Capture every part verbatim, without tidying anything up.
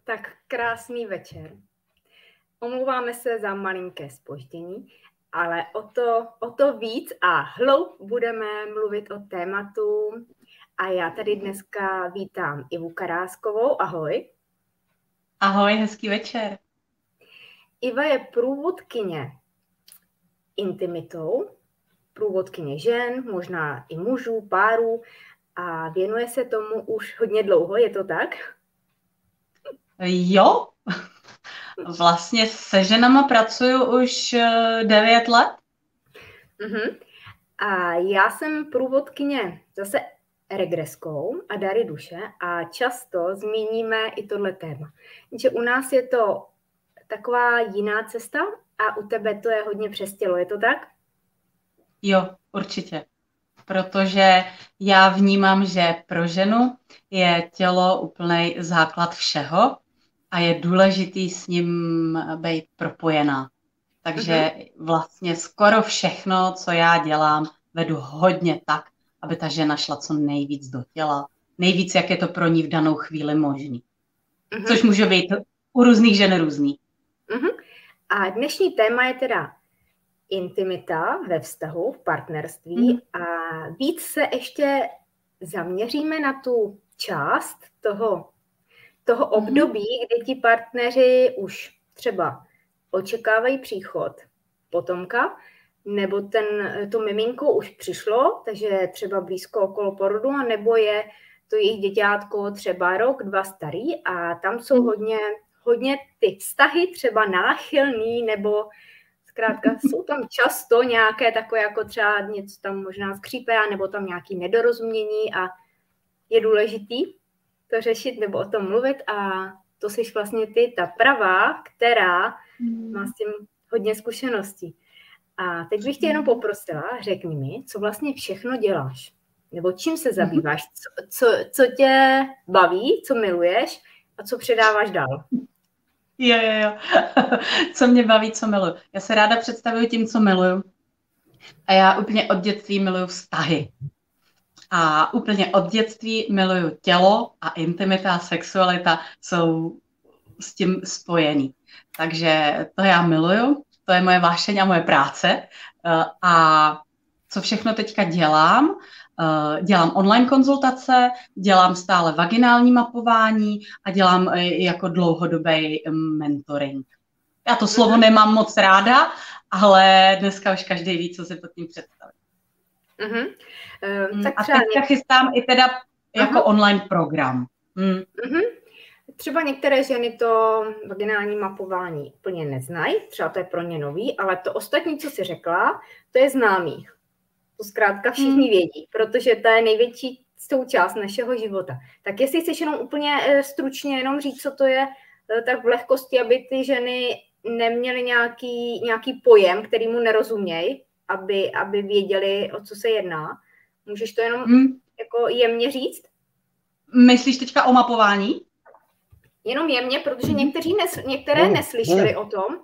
Tak krásný večer. Omlouváme se za malinké zpoždění, ale o to, o to víc a hloub budeme mluvit o tématu. A já tady dneska vítám Ivu Karáskovou. Ahoj. Ahoj, hezký večer. Iva je průvodkyně intimitou, průvodkyně žen, možná i mužů, párů a věnuje se tomu už hodně dlouho, je to tak? Jo, vlastně se ženama pracuju už devět let. Uh-huh. A já jsem průvodkyně zase regreskou a dary duše a často zmíníme i tohle téma. Že u nás je to taková jiná cesta a u tebe to je hodně přes tělo, je to tak? Jo, určitě. Protože já vnímám, že pro ženu je tělo úplný základ všeho a je důležitý s ním být propojená. Takže uh-huh. vlastně skoro všechno, co já dělám, vedu hodně tak, aby ta žena šla co nejvíc do těla. Nejvíc, jak je to pro ní v danou chvíli možný. Uh-huh. Což může být u různých žen různý. Uh-huh. A dnešní téma je teda intimita ve vztahu, v partnerství uh-huh. a víc se ještě zaměříme na tu část toho, toho období, uh-huh. kdy ti partneři už třeba očekávají příchod potomka, nebo ten, to miminko už přišlo, takže třeba blízko okolo porodu, a nebo je to jejich děťátko třeba rok, dva starý a tam jsou hodně, hodně ty vztahy třeba náchylný, nebo zkrátka jsou tam často nějaké takové, jako třeba něco tam možná skřípe, nebo tam nějaké nedorozumění a je důležitý to řešit nebo o tom mluvit a to jsi vlastně ty, ta pravá, která má s tím hodně zkušeností. A teď bych tě jenom poprosila, řekni mi, co vlastně všechno děláš, nebo čím se zabýváš, co, co, co tě baví, co miluješ a co předáváš dál. Jo, jo, jo. Co mě baví, co miluju. Já se ráda představuju tím, co miluju. A já úplně od dětství miluju vztahy. A úplně od dětství miluju tělo a intimita a sexualita jsou s tím spojený. Takže to já miluju, to je moje vášeň a moje práce. A co všechno teďka dělám? Dělám online konzultace, dělám stále vaginální mapování a dělám jako dlouhodobý mentoring. Já to slovo nemám moc ráda, ale dneska už každý ví, co si pod tím představit. Uh-huh. Uh, tak a teďka chystám i teda jako uh-huh. online program. Hmm. Uh-huh. Třeba některé ženy to vaginální mapování úplně neznají, třeba to je pro ně nový, ale to ostatní, co jsi řekla, to je známý. To zkrátka všichni hmm. vědí, protože to je největší součást našeho života. Tak jestli chceš jenom úplně stručně jenom říct, co to je, tak v lehkosti, aby ty ženy neměly nějaký, nějaký pojem, který mu nerozumějí, aby, aby věděli, o co se jedná. Můžeš to jenom hmm. jako jemně říct? Myslíš teďka o mapování? Jenom jemně, protože někteří nes, některé neslyšeli o tom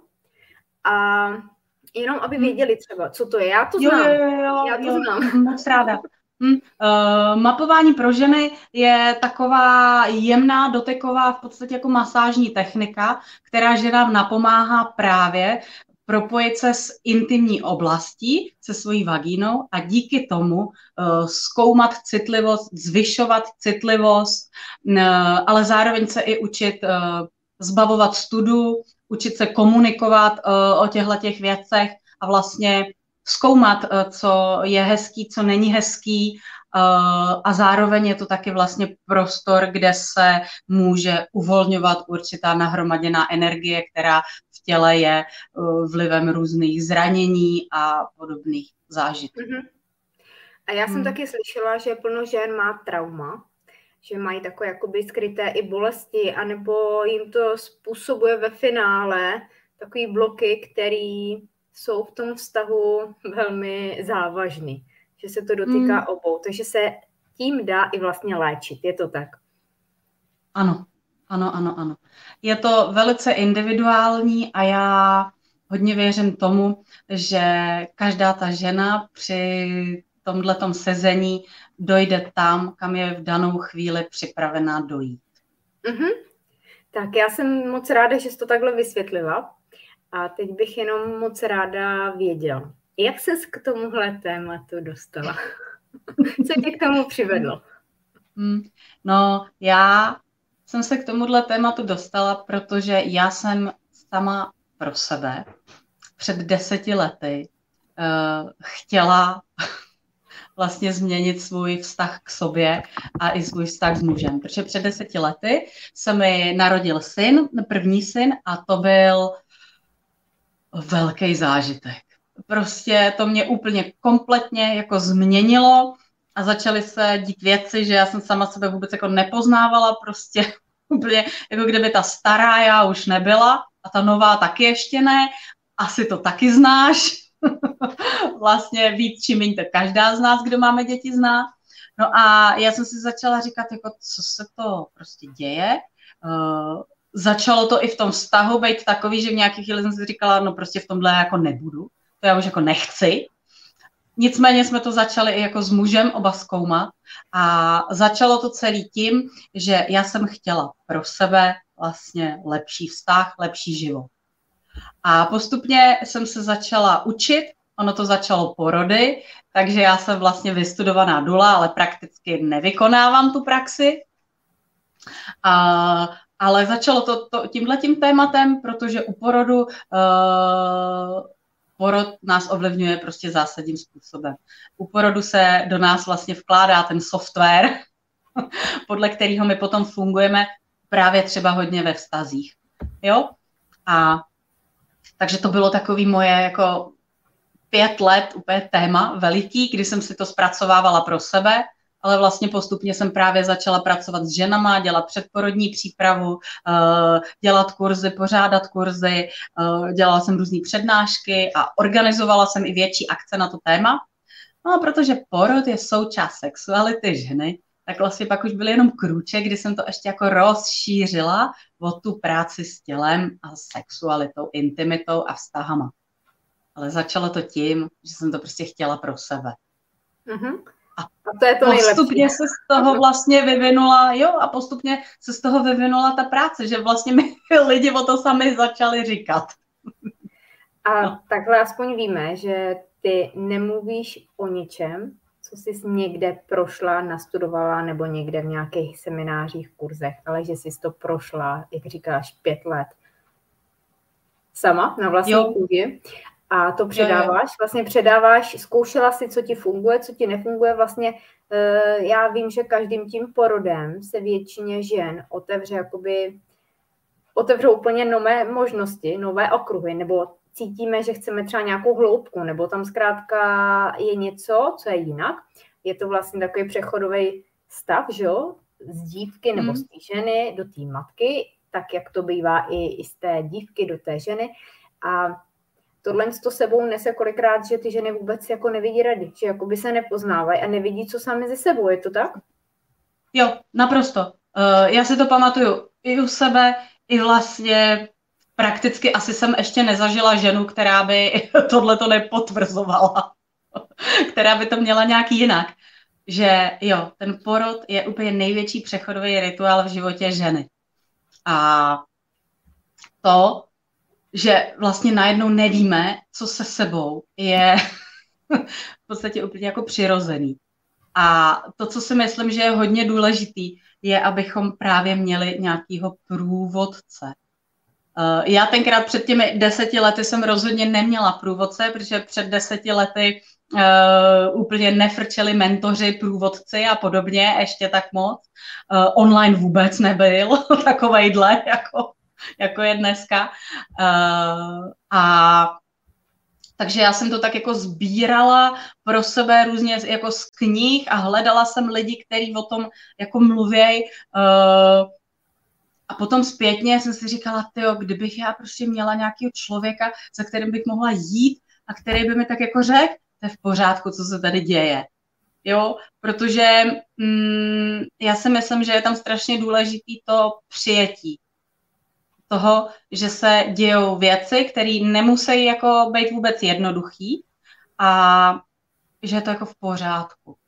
a jenom, aby věděli třeba, co to je. Já to znám. Jo, jo, jo, Já to jo, znám. Moc ráda. Hm. Uh, mapování pro ženy je taková jemná, doteková, v podstatě jako masážní technika, která ženám napomáhá právě propojit se s intimní oblastí, se svojí vagínou a díky tomu uh, zkoumat citlivost, zvyšovat citlivost, uh, ale zároveň se i učit uh, zbavovat studu, učit se komunikovat uh, o těchto těch věcech a vlastně zkoumat, uh, co je hezký, co není hezký uh, a zároveň je to taky vlastně prostor, kde se může uvolňovat určitá nahromaděná energie, která v těle je uh, vlivem různých zranění a podobných zážitků. Mm-hmm. A já jsem hmm. taky slyšela, že plno žen má trauma, že mají takové jakoby skryté i bolesti, anebo jim to způsobuje ve finále takový bloky, které jsou v tom vztahu velmi závažný, že se to dotýká hmm. obou, takže se tím dá i vlastně léčit, je to tak? Ano, ano, ano, ano. Je to velice individuální a já hodně věřím tomu, že každá ta žena při tomhletom sezení dojde tam, kam je v danou chvíli připravená dojít. Mm-hmm. Tak já jsem moc ráda, že jsi to takhle vysvětlila a teď bych jenom moc ráda věděla, jak ses k tomuhle tématu dostala? Co tě k tomu přivedlo? No, já jsem se k tomuhle tématu dostala, protože já jsem sama pro sebe před deseti lety uh, chtěla vlastně změnit svůj vztah k sobě a i svůj vztah s mužem. Protože před deseti lety se mi narodil syn, první syn, a to byl velký zážitek. Prostě to mě úplně kompletně jako změnilo a začaly se dít věci, že já jsem sama sebe vůbec jako nepoznávala, prostě úplně jako kdyby ta stará já už nebyla a ta nová taky ještě ne. Asi to taky znáš. Vlastně víc či méně to každá z nás, kdo máme děti, zná. No a já jsem si začala říkat, jako, co se to prostě děje. Uh, začalo to i v tom vztahu být takový, že v nějakých chvíli jsem si říkala, no prostě v tomhle jako nebudu. To já už jako nechci. Nicméně jsme to začali i jako s mužem oba zkoumat a začalo to celý tím, že já jsem chtěla pro sebe vlastně lepší vztah, lepší život. A postupně jsem se začala učit, ono to začalo porody, takže já jsem vlastně vystudovaná dula, ale prakticky nevykonávám tu praxi. A, ale začalo to, to tímhletím tématem, protože u porodu uh, porod nás ovlivňuje prostě zásadním způsobem. U porodu se do nás vlastně vkládá ten software, podle kterého my potom fungujeme právě třeba hodně ve vztazích. Jo? A takže to bylo takový moje jako pět let úplně téma veliký, kdy jsem si to zpracovávala pro sebe, ale vlastně postupně jsem právě začala pracovat s ženama, dělat předporodní přípravu, dělat kurzy, pořádat kurzy, dělala jsem různé přednášky a organizovala jsem i větší akce na to téma. No a protože porod je součást sexuality ženy, tak vlastně pak už byl jenom krůček, kdy jsem to ještě jako rozšířila o tu práci s tělem a sexualitou, intimitou a vztahama. Ale začalo to tím, že jsem to prostě chtěla pro sebe. Uh-huh. A, a to je to postupně nejlepší. se z toho vlastně vyvinula, jo, a postupně se z toho vyvinula ta práce, že vlastně mi lidi o to sami začali říkat. A no. Takhle aspoň víme, že ty nemluvíš o ničem, co jsi někde prošla, nastudovala nebo někde v nějakých seminářích, kurzech, ale že jsi to prošla, jak říkáš, pět let sama na vlastní kůži a to předáváš, jo, jo. vlastně předáváš, zkoušela si, co ti funguje, co ti nefunguje, vlastně já vím, že každým tím porodem se většině žen otevře jakoby, otevřou úplně nové možnosti, nové okruhy, nebo cítíme, že chceme třeba nějakou hloubku, nebo tam zkrátka je něco, co je jinak. Je to vlastně takový přechodový stav, že jo, z dívky nebo z té ženy do té matky, tak jak to bývá i, i z té dívky do té ženy. A tohle to sebou nese kolikrát, že ty ženy vůbec jako nevidí rady, že jakoby se nepoznávají a nevidí, co sami ze sebou. Je to tak? Jo, naprosto. Uh, já si to pamatuju i u sebe, i vlastně prakticky asi jsem ještě nezažila ženu, která by tohleto nepotvrzovala, která by to měla nějak jinak. Že jo, ten porod je úplně největší přechodový rituál v životě ženy. A to, že vlastně najednou nevíme, co se sebou, je v podstatě úplně jako přirozený. A to, co si myslím, že je hodně důležitý, je, abychom právě měli nějakýho průvodce. Já tenkrát před těmi deseti lety jsem rozhodně neměla průvodce, protože před deseti lety uh, úplně nefrčeli mentoři, průvodci a podobně, ještě tak moc. Uh, online vůbec nebyl takovejhle, jako, jako je dneska. Uh, a takže já jsem to tak jako sbírala pro sebe různě jako z knih a hledala jsem lidi, kteří o tom jako mluvěj. Uh, A potom zpětně jsem si říkala, tyjo, kdybych já prostě měla nějakého člověka, za kterým bych mohla jít a který by mi tak jako řekl, to je v pořádku, co se tady děje. Jo, protože mm, já si myslím, že je tam strašně důležitý to přijetí toho, že se dějou věci, které nemusí jako být vůbec jednoduchý a že je to jako v pořádku.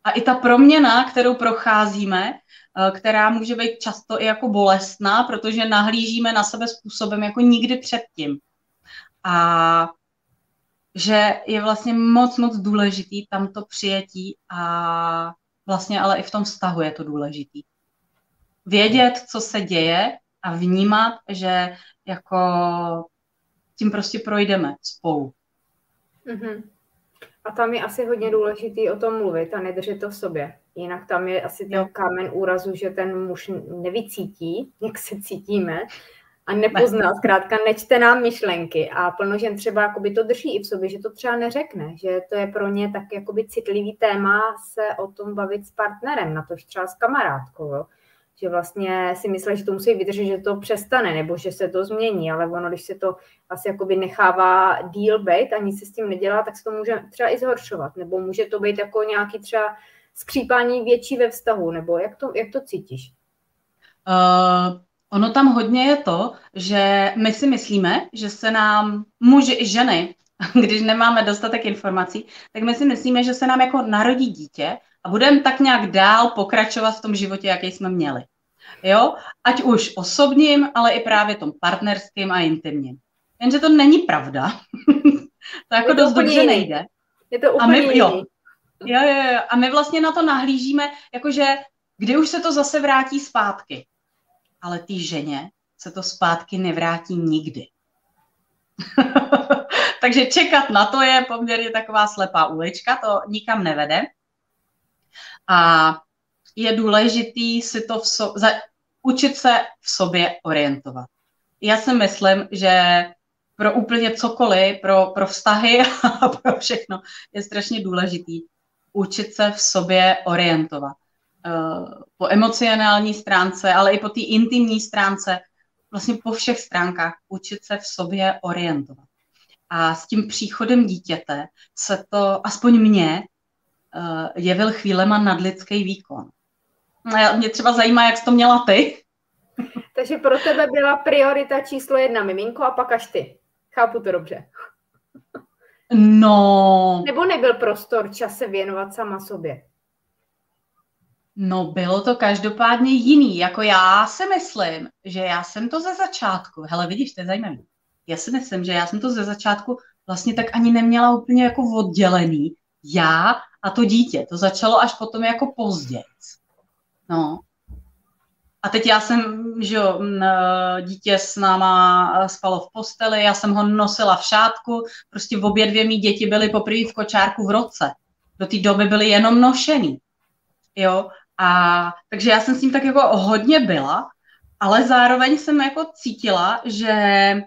A i ta proměna, kterou procházíme, která může být často i jako bolestná, protože nahlížíme na sebe způsobem jako nikdy předtím. A že je vlastně moc, moc důležitý tam to přijetí a vlastně ale i v tom vztahu je to důležitý. Vědět, co se děje a vnímat, že jako tím prostě projdeme spolu. Mm-hmm. A tam je asi hodně důležitý o tom mluvit a nedržet to v sobě. Jinak tam je asi ten kámen úrazu, že ten muž nevycítí, jak se cítíme, a nepozná, zkrátka nečte nám myšlenky a plno žen třeba jakoby to drží i v sobě, že to třeba neřekne, že to je pro ně tak jakoby citlivý téma se o tom bavit s partnerem, na to třeba s kamarádkou, jo? Že vlastně si myslí, že to musí vydržet, že to přestane nebo že se to změní, ale ono, když se to asi jakoby nechává díl být a nic se s tím nedělá, tak se to může třeba i zhoršovat, nebo může to být jako nějaký třeba skřípání větší ve vztahu, nebo jak to, jak to cítíš? Uh... Ono tam hodně je to, že my si myslíme, že se nám muži i ženy, když nemáme dostatek informací, tak my si myslíme, že se nám jako narodí dítě a budeme tak nějak dál pokračovat v tom životě, jaký jsme měli. Jo? Ať už osobním, ale i právě tom partnerským a intimním. Jenže to není pravda. To jako dost dobře jiný. Nejde. Je to úplně a my, jo, jo, jo, jo, a my vlastně na to nahlížíme, jakože kdy už se to zase vrátí zpátky. Ale té ženě se to zpátky nevrátí nikdy. Takže čekat na to je poměrně taková slepá ulička, to nikam nevede. A je důležitý si to v so, za, učit se v sobě orientovat. Já si myslím, že pro úplně cokoliv, pro, pro vztahy a pro všechno je strašně důležitý učit se v sobě orientovat. Po emocionální stránce, ale i po té intimní stránce, vlastně po všech stránkách učit se v sobě orientovat. A s tím příchodem dítěte se to, aspoň mně, jevil chvílema nadlidský výkon. Mě třeba zajímá, jak jsi to měla ty. Takže pro tebe byla priorita číslo jedna miminko a pak až ty. Chápu to dobře. No... Nebo nebyl prostor, čas se věnovat sama sobě? No, bylo to každopádně jiný. Jako já si myslím, že já jsem to ze začátku, hele, vidíš, to je zajímavé. Já si myslím, že já jsem to ze začátku vlastně tak ani neměla úplně jako oddělený. Já a to dítě. To začalo až potom jako později. No. A teď já jsem, že jo, dítě s náma spalo v posteli, já jsem ho nosila v šátku, prostě obě dvě mý děti byly poprvé v kočárku v roce. Do té doby byly jenom nošený. Jo, a takže já jsem s tím tak jako hodně byla, ale zároveň jsem jako cítila, že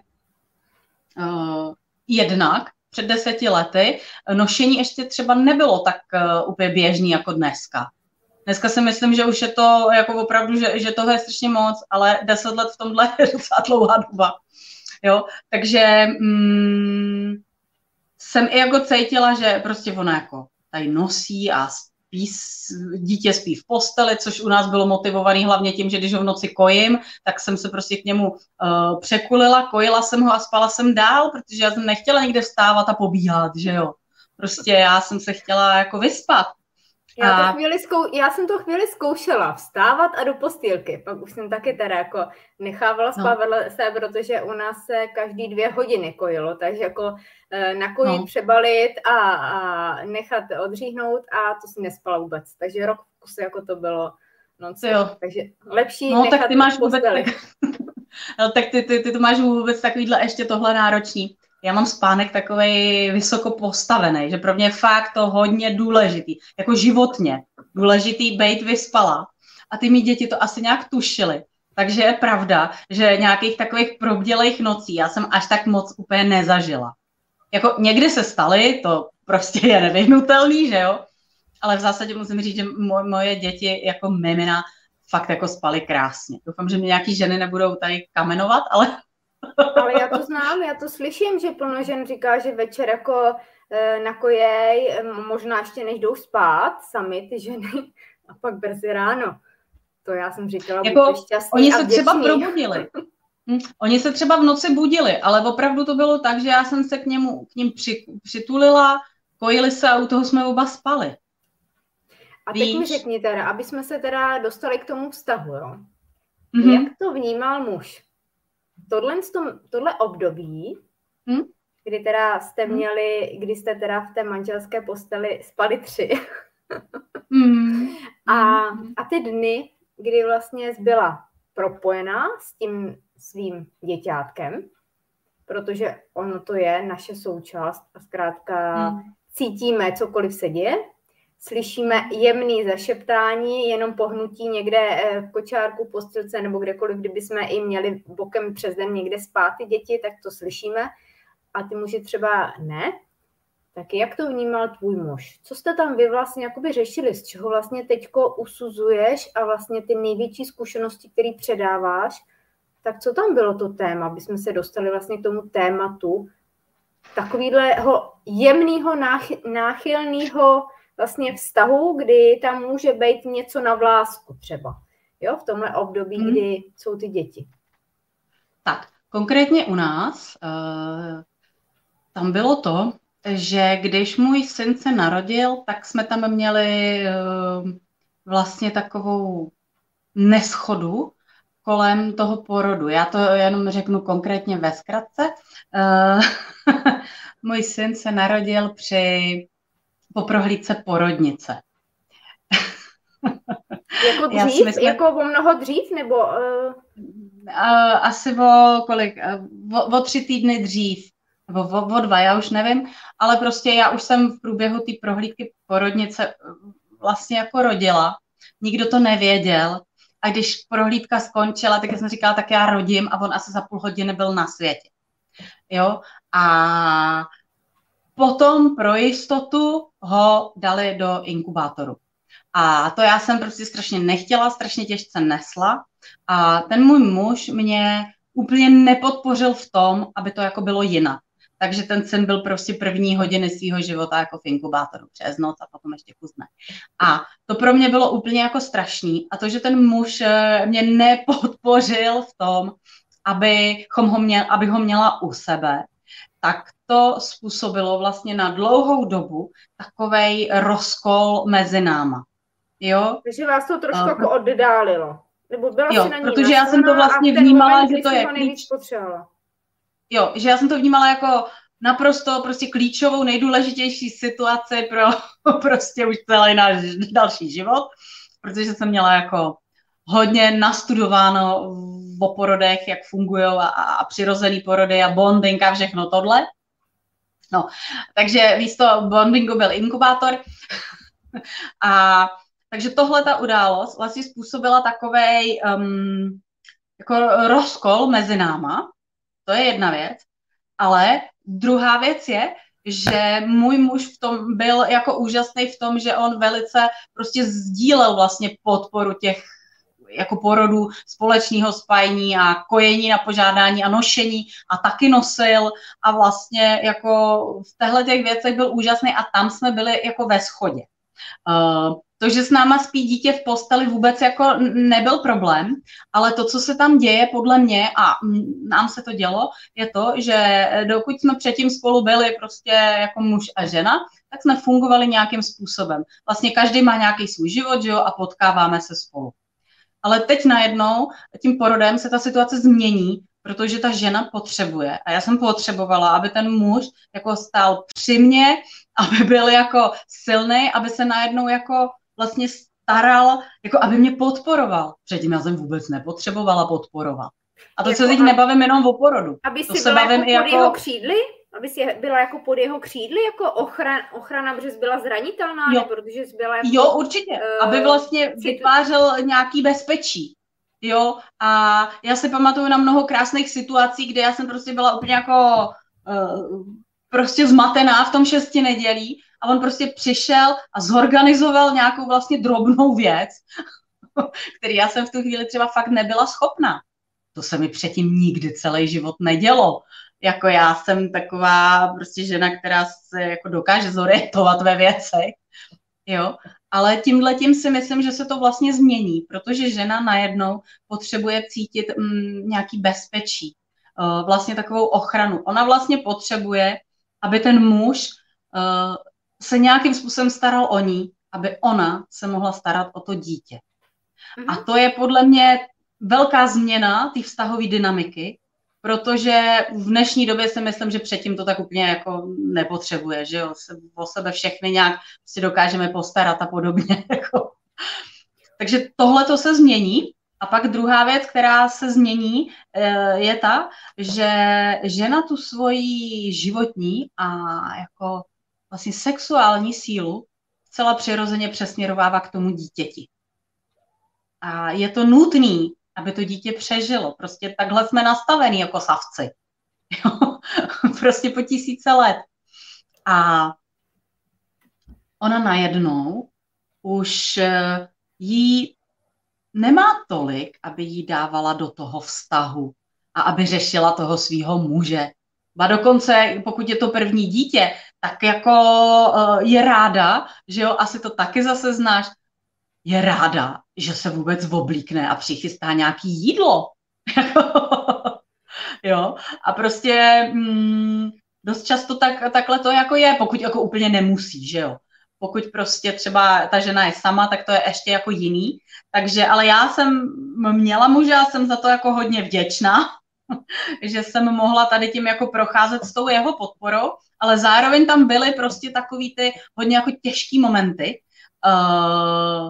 uh, jednak před deseti lety nošení ještě třeba nebylo tak uh, úplně běžný jako dneska. Dneska si myslím, že už je to jako opravdu, že, že toho je strašně moc, ale deset let v tomhle je docela dlouhá doba. Jo, takže mm, jsem i jako cítila, že prostě ona jako tady nosí a spí, dítě spí v posteli, což u nás bylo motivované hlavně tím, že když ho v noci kojím, tak jsem se prostě k němu uh, překulila, kojila jsem ho a spala jsem dál, protože já jsem nechtěla někde vstávat a pobíhat, že jo. Prostě já jsem se chtěla jako vyspat. Já, to chvíli zkou... já jsem to chvíli zkoušela vstávat a do postýlky, pak už jsem taky teda jako nechávala spát no. vedle se, protože u nás se každý dvě hodiny kojilo, takže jako e, nakojit, no. přebalit a, a nechat odříhnout a to si nespala vůbec, takže rok v kuse jako to bylo non-stop, takže lepší no, nechat tak ty máš vůbec tak... no, tak ty, ty, ty to máš vůbec takovýhle ještě tohle náročný. Já mám spánek takovej vysoko postavený, že pro mě je fakt to hodně důležitý, jako životně důležitý být vyspala. A ty mý děti to asi nějak tušily. Takže je pravda, že nějakých takových probdělejch nocí já jsem až tak moc úplně nezažila. Jako někdy se staly, to prostě je nevyhnutelný, že jo? Ale v zásadě musím říct, že mo- moje děti jako mimina fakt jako spaly krásně. Doufám, že mě nějaký ženy nebudou tady kamenovat, ale... Ale já to znám, já to slyším, že plno žen říká, že večer jako e, nakojej, možná ještě než jdou spát sami ty ženy a pak brzy ráno. To já jsem říkala, jako, buďte šťastný oni a se vděčný. třeba probudili. Hm, oni se třeba v noci budili, ale opravdu to bylo tak, že já jsem se k, němu, k ním při, přitulila, kojili se a u toho jsme oba spali. A teď Víš? mi řekni teda, aby jsme se teda dostali k tomu vztahu, jo? Mm-hmm. Jak to vnímal muž? Tohle, tohle období, mm? kdy teda jste měli, kdy jste teda v té manželské posteli spali tři. mm. a, a ty dny, kdy vlastně byla propojená s tím svým děťátkem, protože ono to je naše součást a zkrátka mm. cítíme, cokoliv se děje, slyšíme jemný zašeptání, jenom pohnutí někde v kočárku, postelce nebo kdekoliv, kdyby jsme i měli bokem přes den někde spát ty děti, tak to slyšíme. A ty muži třeba ne. Tak jak to vnímal tvůj muž? Co jste tam vy vlastně jakoby řešili? Z čeho vlastně teďko usuzuješ a vlastně ty největší zkušenosti, které předáváš, tak co tam bylo to téma, aby jsme se dostali vlastně k tomu tématu takovýhleho jemného, náchylného vlastně vztahu, kdy tam může být něco na vlásku třeba, jo, v tomhle období, hmm. kdy jsou ty děti. Tak, konkrétně u nás uh, tam bylo to, že když můj syn se narodil, tak jsme tam měli uh, vlastně takovou neschodu kolem toho porodu. Já to jenom řeknu konkrétně ve zkratce. Uh, můj syn se narodil při po prohlídce porodnice. Jako dřív? Myslím, jako o mnoho dřív? Nebo, uh... Uh, asi o kolik? Uh, o, o tři týdny dřív. Nebo o, o dva, já už nevím. Ale prostě já už jsem v průběhu té prohlídky porodnice vlastně jako rodila. Nikdo to nevěděl. A když prohlídka skončila, tak jsem říkala, tak já rodím a on asi za půl hodiny byl na světě. Jo? A potom pro jistotu ho dali do inkubátoru. A to já jsem prostě strašně nechtěla, strašně těžce nesla. A ten můj muž mě úplně nepodpořil v tom, aby to jako bylo jinak. Takže ten syn byl prostě první hodiny svého života jako v inkubátoru přes noc a potom ještě kus dne. A to pro mě bylo úplně jako strašný. A to, že ten muž mě nepodpořil v tom, abychom ho měl, aby ho měla u sebe, tak to způsobilo vlastně na dlouhou dobu takovej rozkol mezi náma. Jo? Takže vás to trošku uh, jako oddálilo. Nebo byla jo, si na ní protože já jsem to vlastně vnímala, moment, že to je klíč... Jo, že já jsem to vnímala jako naprosto prostě klíčovou, nejdůležitější situaci pro prostě už celý náš další život, protože jsem měla jako hodně nastudováno o porodech, jak fungují a, a přirozený porody a bonding a všechno tohle. No, takže místo bondingu byl inkubátor. A takže tohle ta událost vlastně způsobila takovej um, jako rozkol mezi náma. To je jedna věc. Ale druhá věc je, že můj muž v tom byl jako úžasný v tom, že on velice prostě sdílel vlastně podporu těch jako porodů, společného spajení a kojení na požádání a nošení a taky nosil a vlastně jako v těchto těch věcech byl úžasný a tam jsme byli jako ve shodě. Uh, to, že s náma spí dítě v posteli vůbec jako nebyl problém, ale to, co se tam děje podle mě a nám se to dělo, je to, že dokud jsme předtím spolu byli prostě jako muž a žena, tak jsme fungovali nějakým způsobem. Vlastně každý má nějaký svůj život, že jo, a potkáváme se spolu. Ale teď najednou tím porodem se ta situace změní, protože ta žena potřebuje. A já jsem potřebovala, aby ten muž jako stál při mně, aby byl jako silný, aby se najednou jako vlastně staral, jako aby mě podporoval. Předtím já jsem vůbec nepotřebovala podporovat. A to jako se teď nebavím jenom o porodu. Aby to si se byla bavím jako i pod jako... jeho křídly? Aby si byla jako pod jeho křídly, jako ochrana, ochrana protože jsi byla zranitelná, jo. nebo protože jsi byla jako... Jo, určitě. Uh, aby vlastně vytvářel nějaký bezpečí. Jo, a já si pamatuju na mnoho krásných situací, kde já jsem prostě byla úplně jako uh, prostě zmatená v tom šesti nedělí a on prostě přišel a zorganizoval nějakou vlastně drobnou věc, který já jsem v tu chvíli třeba fakt nebyla schopná. To se mi předtím nikdy celý život nedělo. Jako já jsem taková prostě žena, která se jako dokáže zorientovat ve věcech, jo. Ale tímhletím si myslím, že se to vlastně změní, protože žena najednou potřebuje cítit mm, nějaký bezpečí, uh, vlastně takovou ochranu. Ona vlastně potřebuje, aby ten muž uh, se nějakým způsobem staral o ní, aby ona se mohla starat o to dítě. A to je podle mě velká změna té vztahové dynamiky, protože v dnešní době si myslím, že předtím to tak úplně jako nepotřebuje, že jo, se o sebe všechny nějak si dokážeme postarat a podobně. Jako. Takže tohle to se změní. A pak druhá věc, která se změní, je ta, že žena tu svoji životní a jako vlastně sexuální sílu zcela přirozeně přesměrovává k tomu dítěti. A je to nutný, aby to dítě přežilo. Prostě takhle jsme nastavení jako savci. Prostě po tisíce let. A ona najednou už jí nemá tolik, aby jí dávala do toho vztahu a aby řešila toho svýho muže. A dokonce, pokud je to první dítě, tak jako je ráda, že jo, asi to taky zase znáš, je ráda, že se vůbec oblíkne a přichystá nějaký jídlo. Jo, a prostě mm, dost často tak, takhle to jako je, pokud jako úplně nemusí, že jo. Pokud prostě třeba ta žena je sama, tak to je ještě jako jiný. Takže, ale já jsem měla muže a jsem za to jako hodně vděčná, že jsem mohla tady tím jako procházet s tou jeho podporou, ale zároveň tam byly prostě takový ty hodně jako těžký momenty, uh,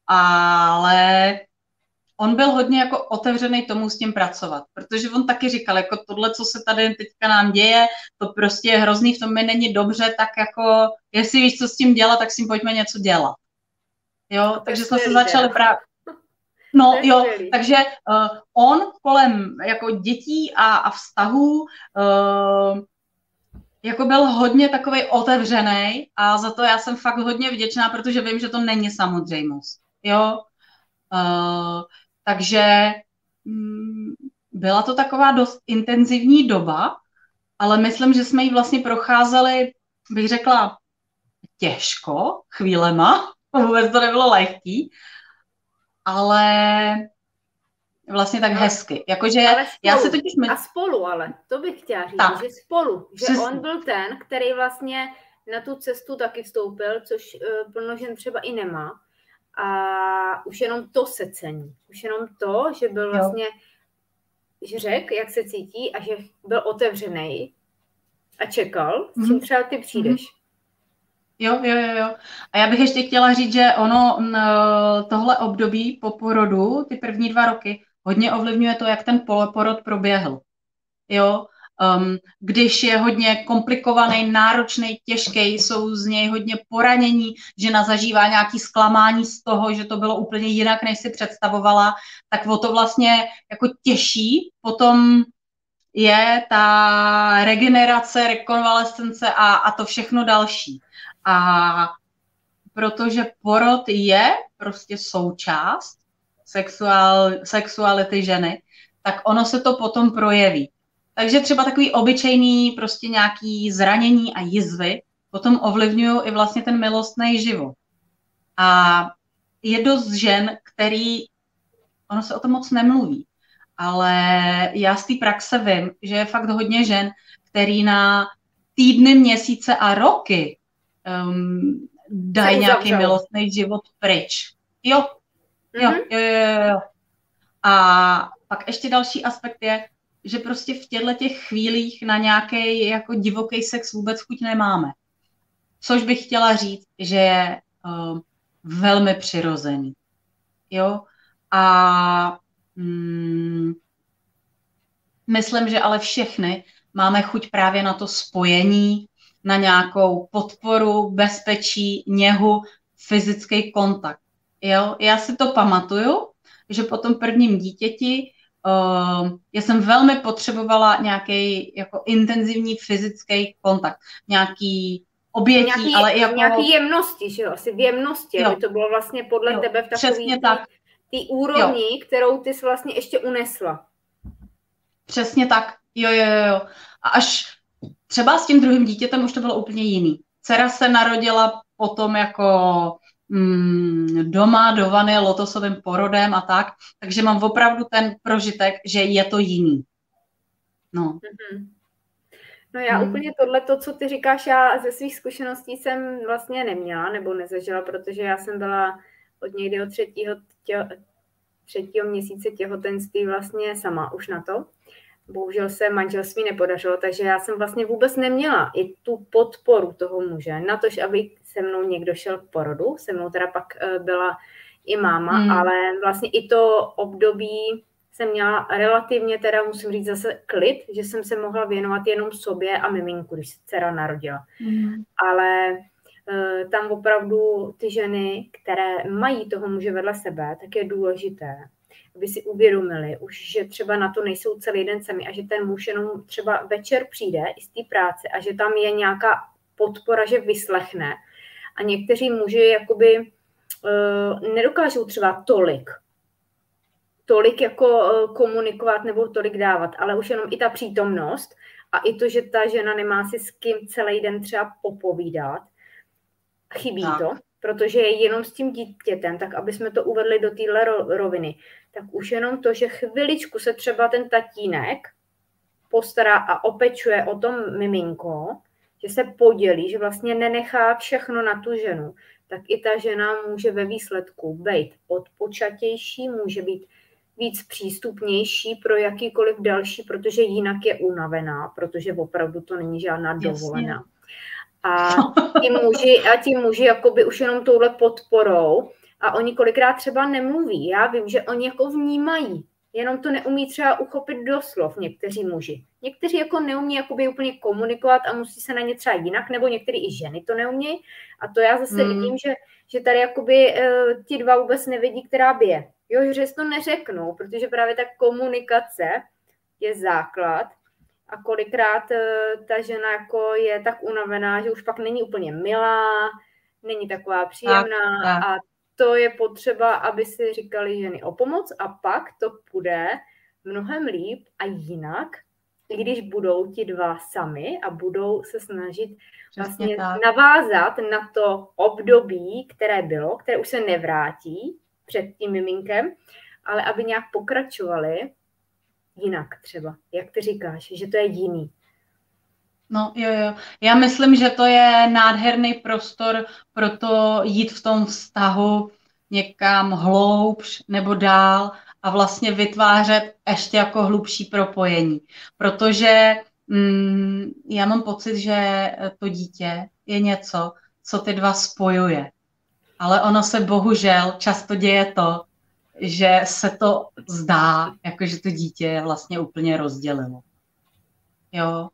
ale on byl hodně jako otevřený tomu s tím pracovat, protože on taky říkal, jako tohle, co se tady teďka nám děje, to prostě je hrozný, v tom mi není dobře, tak jako, jestli víš, co s tím dělat, tak s tím pojďme něco dělat. Jo, takže jsme se začali právě... No jo, takže uh, on kolem jako dětí a, a vztahů uh, jako byl hodně takovej otevřený a za to já jsem fakt hodně vděčná, protože vím, že to není samozřejmost. Jo, uh, takže um, byla to taková dost intenzivní doba, ale myslím, že jsme ji vlastně procházeli, bych řekla, těžko, chvílema, vůbec to nebylo lehký, ale vlastně tak hezky. Jakože já se totiž my... A spolu ale, to bych chtěla říct, tak, že spolu, že přesný. On byl ten, který vlastně na tu cestu taky vstoupil, což uh, plno žen třeba i nemá. A už jenom to se cení. Už jenom to, že byl vlastně, jo. že řekl, jak se cítí a že byl otevřený a čekal, s čím třeba ty přijdeš. Mm-hmm. Jo, jo, jo, jo. A já bych ještě chtěla říct, že ono tohle období po porodu, ty první dva roky, hodně ovlivňuje to, jak ten porod proběhl. Jo, um, když je hodně komplikovaný, náročný, těžký, jsou z něj hodně poranění, žena zažívá nějaký zklamání z toho, že to bylo úplně jinak, než si představovala, tak o to vlastně jako těžší potom je ta regenerace, rekonvalescence a, a to všechno další. A protože porod je prostě součást sexuál, sexuality ženy, tak ono se to potom projeví. Takže třeba takový obyčejný prostě nějaký zranění a jizvy potom ovlivňují i vlastně ten milostný život. A je dost žen, který, ono se o tom moc nemluví, ale já z té praxe vím, že je fakt hodně žen, který na týdny, měsíce a roky um, dají nějaký milostný život pryč. Jo, jo, mm-hmm. jo, jo, jo. A pak ještě další aspekt je, že prostě v těchto těch chvílích na nějaký jako divoký sex vůbec chuť nemáme. Což bych chtěla říct, že je um, velmi přirozený. Jo, a mm, myslím, že ale všechny máme chuť právě na to spojení, na nějakou podporu, bezpečí, něhu, fyzický kontakt. Jo? Já si to pamatuju, že po tom prvním dítěti uh, já jsem velmi potřebovala nějaký jako intenzivní fyzický kontakt, nějaký obětí, nějaký, ale jako... Nějaký jemnosti, že jo? Asi v jemnosti, jo. Aby to bylo vlastně podle jo, tebe v takový té úrovni, jo. kterou ty jsi vlastně ještě unesla. Přesně tak, jo, jo, jo. A až třeba s tím druhým dítětem už to bylo úplně jiný. Dcera se narodila potom jako mm, doma, do vany, lotosovým porodem a tak, takže mám opravdu ten prožitek, že je to jiný. No. No já Hmm. úplně tohle, to, co ty říkáš, já ze svých zkušeností jsem vlastně neměla nebo nezažila, protože já jsem byla od někdy od třetího, tě, třetího měsíce těhotenství vlastně sama už na to. Bohužel se manželství nepodařilo, takže já jsem vlastně vůbec neměla i tu podporu toho muže, na to, aby se mnou někdo šel k porodu, se mnou teda pak byla i máma, hmm. ale vlastně i to období jsem měla relativně, teda musím říct zase klid, že jsem se mohla věnovat jenom sobě a miminku, když se dcera narodila. Hmm. Ale uh, tam opravdu ty ženy, které mají toho muže vedle sebe, tak je důležité, aby si uvědomili už, že třeba na to nejsou celý den sami a že ten muž jenom třeba večer přijde i z té práce a že tam je nějaká podpora, že vyslechne. A někteří muži jakoby uh, nedokážou třeba tolik, tolik jako uh, komunikovat nebo tolik dávat, ale už jenom i ta přítomnost a i to, že ta žena nemá si s kým celý den třeba popovídat, chybí tak. to, protože je jenom s tím dítětem, tak aby jsme to uvedli do téhle roviny, tak už jenom to, že chviličku se třeba ten tatínek postará a opečuje o tom miminko, že se podělí, že vlastně nenechá všechno na tu ženu, tak i ta žena může ve výsledku být odpočatější, může být víc přístupnější pro jakýkoliv další, protože jinak je unavená, protože opravdu to není žádná dovolená. A ti muži, a ti muži jakoby už jenom touhle podporou a oni kolikrát třeba nemluví. Já vím, že oni jako vnímají, jenom to neumí třeba uchopit do slov někteří muži. Někteří jako neumí jakoby úplně komunikovat a musí se na ně třeba jinak, nebo některý i ženy to neumějí. A to já zase hmm. vidím, že, že tady jakoby uh, ti dva vůbec nevědí, která bije. Jo, že to neřeknou, protože právě ta komunikace je základ. A kolikrát ta žena jako je tak unavená, že už pak není úplně milá, není taková příjemná tak, tak. A to je potřeba, aby si říkali ženy o pomoc a pak to půjde mnohem líp a jinak, i když budou ti dva sami a budou se snažit vlastně navázat na to období, které bylo, které už se nevrátí před tím miminkem, ale aby nějak pokračovali jinak třeba, jak ty říkáš, že to je jiný. No jo, jo. Já myslím, že to je nádherný prostor pro to jít v tom vztahu někam hloubš nebo dál a vlastně vytvářet ještě jako hlubší propojení. Protože mm, já mám pocit, že to dítě je něco, co ty dva spojuje. Ale ono se bohužel často děje to, že se to zdá, jako že to dítě vlastně úplně rozdělilo. Jo.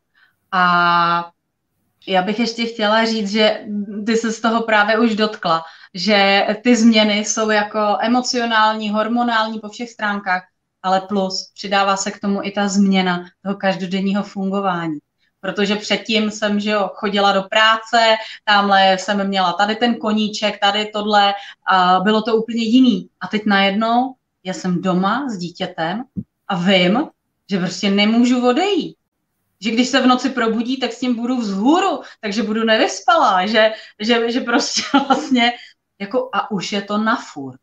A já bych ještě chtěla říct, že ty se z toho právě už dotkla, že ty změny jsou jako emocionální, hormonální po všech stránkách, ale plus přidává se k tomu i ta změna toho každodenního fungování. Protože předtím jsem, že jo, chodila do práce, tamhle jsem měla tady ten koníček, tady tohle, a bylo to úplně jiný. A teď najednou já jsem doma s dítětem a vím, že prostě nemůžu odejít. Že když se v noci probudí, tak s tím budu vzhůru, takže budu nevyspalá, že, že, že prostě vlastně jako a už je to na furt.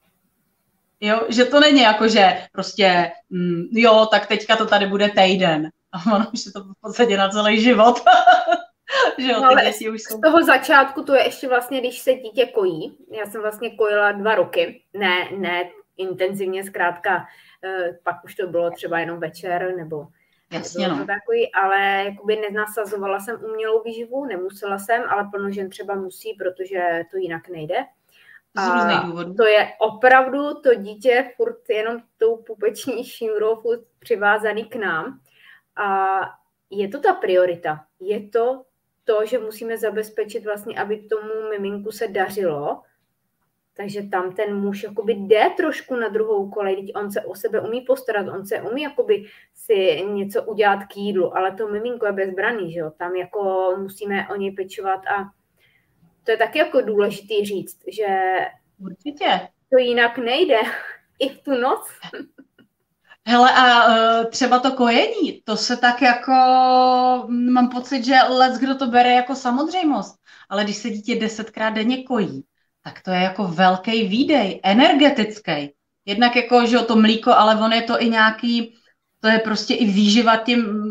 Jo, že to není jako, že prostě mm, jo, tak teďka to tady bude týden. A ono už je to v podstatě na celý život. Že jo, no, ale už jsou... z toho začátku to je ještě vlastně, když se dítě kojí. Já jsem vlastně kojila dva roky. Ne, ne intenzivně, zkrátka. Pak už to bylo třeba jenom večer, nebo jasně, no. to takový, ale jakoby nenasazovala jsem umělou výživu, nemusela jsem, ale plno žen třeba musí, protože to jinak nejde. Z různých důvodů. To je opravdu to dítě furt jenom tou pupeční šňůrou furt přivázaný k nám. A je to ta priorita. Je to to, že musíme zabezpečit vlastně, aby tomu miminku se dařilo. Takže tam ten muž jakoby jde trošku na druhou kolej, teď on se o sebe umí postarat, on se umí jakoby si něco udělat k jídlu, ale to miminko je bezbranný, že jo? Tam jako musíme o něj pečovat a to je taky jako důležitý říct, že určitě to jinak nejde i v tu noc. Hele, a uh, třeba to kojení, to se tak jako, mám pocit, že lec, kdo to bere jako samozřejmost, ale když se dítě desetkrát denně kojí, tak to je jako velký výdej, energetický. Jednak jako, že to mlíko, ale on je to i nějaký, to je prostě i výživa tím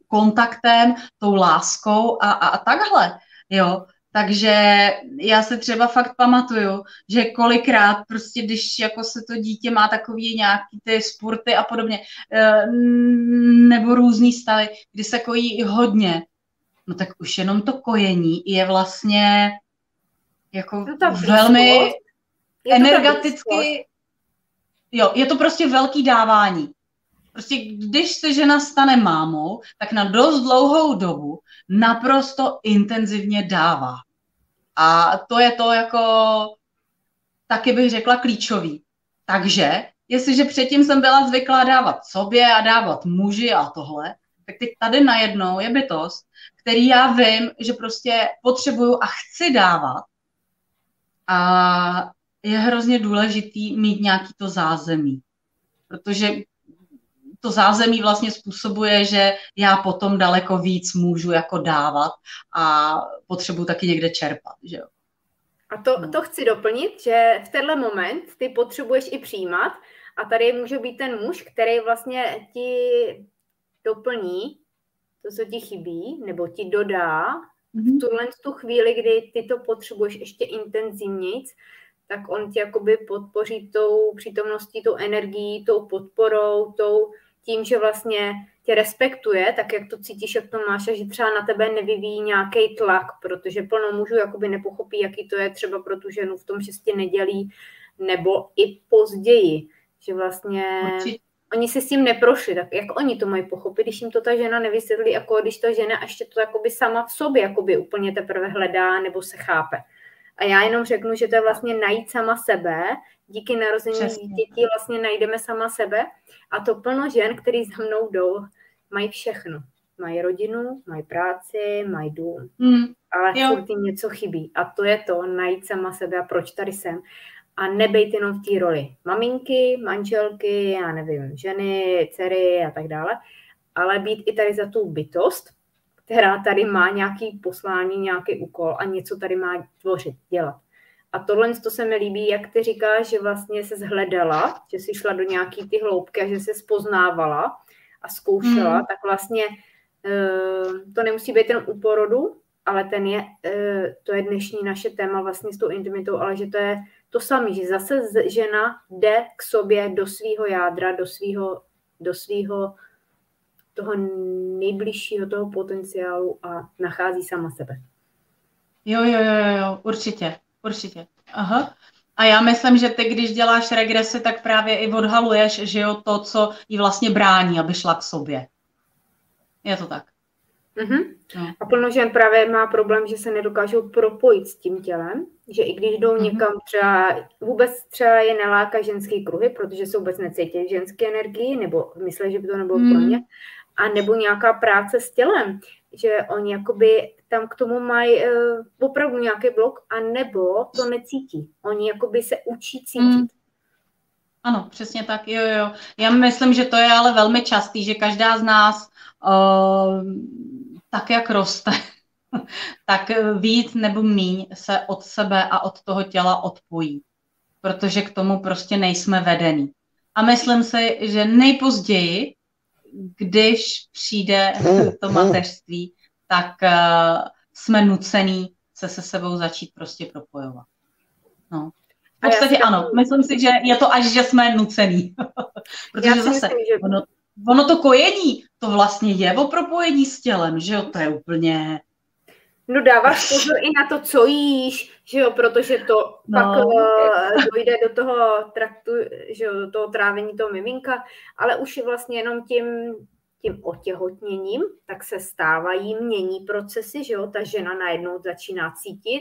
kontaktem, tou láskou a, a, a takhle, jo. Takže já se třeba fakt pamatuju, že kolikrát prostě, když jako se to dítě má takový nějaký ty spurty a podobně, nebo různý stavy, kdy se kojí hodně, no tak už jenom to kojení je vlastně jako no velmi energeticky, jo, je to prostě velký dávání. Prostě když se žena stane mámou, tak na dost dlouhou dobu naprosto intenzivně dává. A to je to jako, taky bych řekla, klíčový. Takže, jestliže předtím jsem byla zvyklá dávat sobě a dávat muži a tohle, tak teď tady najednou je bytost, který já vím, že prostě potřebuju a chci dávat. A je hrozně důležitý mít nějaký to zázemí. Protože to zázemí vlastně způsobuje, že já potom daleko víc můžu jako dávat a potřebuji taky někde čerpat, že jo. A to, to chci doplnit, že v tenhle moment ty potřebuješ i přijímat a tady může být ten muž, který vlastně ti doplní to, co ti chybí, nebo ti dodá mm-hmm. v tuhle tu chvíli, kdy ty to potřebuješ ještě intenzivnějc, tak on ti jakoby podpoří tou přítomností, tou energií, tou podporou, tou tím, že vlastně tě respektuje, tak jak to cítíš, jak to máš, a že třeba na tebe nevyvíjí nějaký tlak, protože plno mužů jakoby nepochopí, jaký to je třeba pro tu ženu v tom šesti nedělí, nebo i později, že vlastně Určitě. Oni si s tím neprošli, tak jak oni to mají pochopit, když jim to ta žena nevysvětlí, jako když ta žena ještě to jakoby sama v sobě jakoby úplně teprve hledá nebo se chápe. A já jenom řeknu, že to je vlastně najít sama sebe, díky narození dítěti vlastně najdeme sama sebe a to plno žen, který za mnou jdou, mají všechno. Mají rodinu, mají práci, mají dům, mm, ale furt jim něco chybí. A to je to, najít sama sebe a proč tady jsem. A nebejt jenom v té roli maminky, manželky, já nevím, ženy, dcery a tak dále, ale být i tady za tu bytost, která tady má nějaký poslání, nějaký úkol a něco tady má tvořit, dělat. A tohle to se mi líbí, jak ty říkáš, že vlastně se zhledala, že jsi šla do nějaký ty hloubky a že se spoznávala a zkoušela, hmm. tak vlastně uh, to nemusí být jenom u porodu, ale ten je, uh, to je dnešní naše téma vlastně s tou intimitou, ale že to je to samé, že zase žena jde k sobě do svého jádra, do svého do svýho toho nejbližšího, toho potenciálu a nachází sama sebe. Jo, jo, jo, jo, určitě, určitě. Aha. A já myslím, že ty, když děláš regresy, tak právě i odhaluješ, že jo, to, co jí vlastně brání, aby šla k sobě. Je to tak. Mm-hmm. No. A plno žen právě má problém, že se nedokážou propojit s tím tělem, že i když jdou mm-hmm. někam třeba, vůbec třeba je neláká ženský kruhy, protože se vůbec necítí ženské energii, nebo myslí, že by to nebylo mm. pro ně, a nebo nějaká práce s tělem, že oni jakoby tam k tomu mají uh, opravdu nějaký blok, a nebo to necítí. Oni jakoby se učí cítit. Mm. Ano, přesně tak, jo, jo. Já myslím, že to je ale velmi častý, že každá z nás uh, tak, jak roste, tak víc nebo míň se od sebe a od toho těla odpojí. Protože k tomu prostě nejsme vedení. A myslím si, že nejpozději, když přijde to mateřství, tak uh, jsme nucený se se sebou začít prostě propojovat. No. V podstatě ano, myslím si, že je to až, že jsme nucený. Protože zase myslím, že... ono, ono to kojení, to vlastně je o propojení s tělem, že jo, to je úplně... No dáváš pozor i na to, co jíš, že jo, protože to no. pak uh, dojde do toho traktu, že jo, do toho trávení toho miminka, ale už vlastně jenom tím, tím otěhotněním, tak se stávají, mění procesy, že jo, ta žena najednou začíná cítit.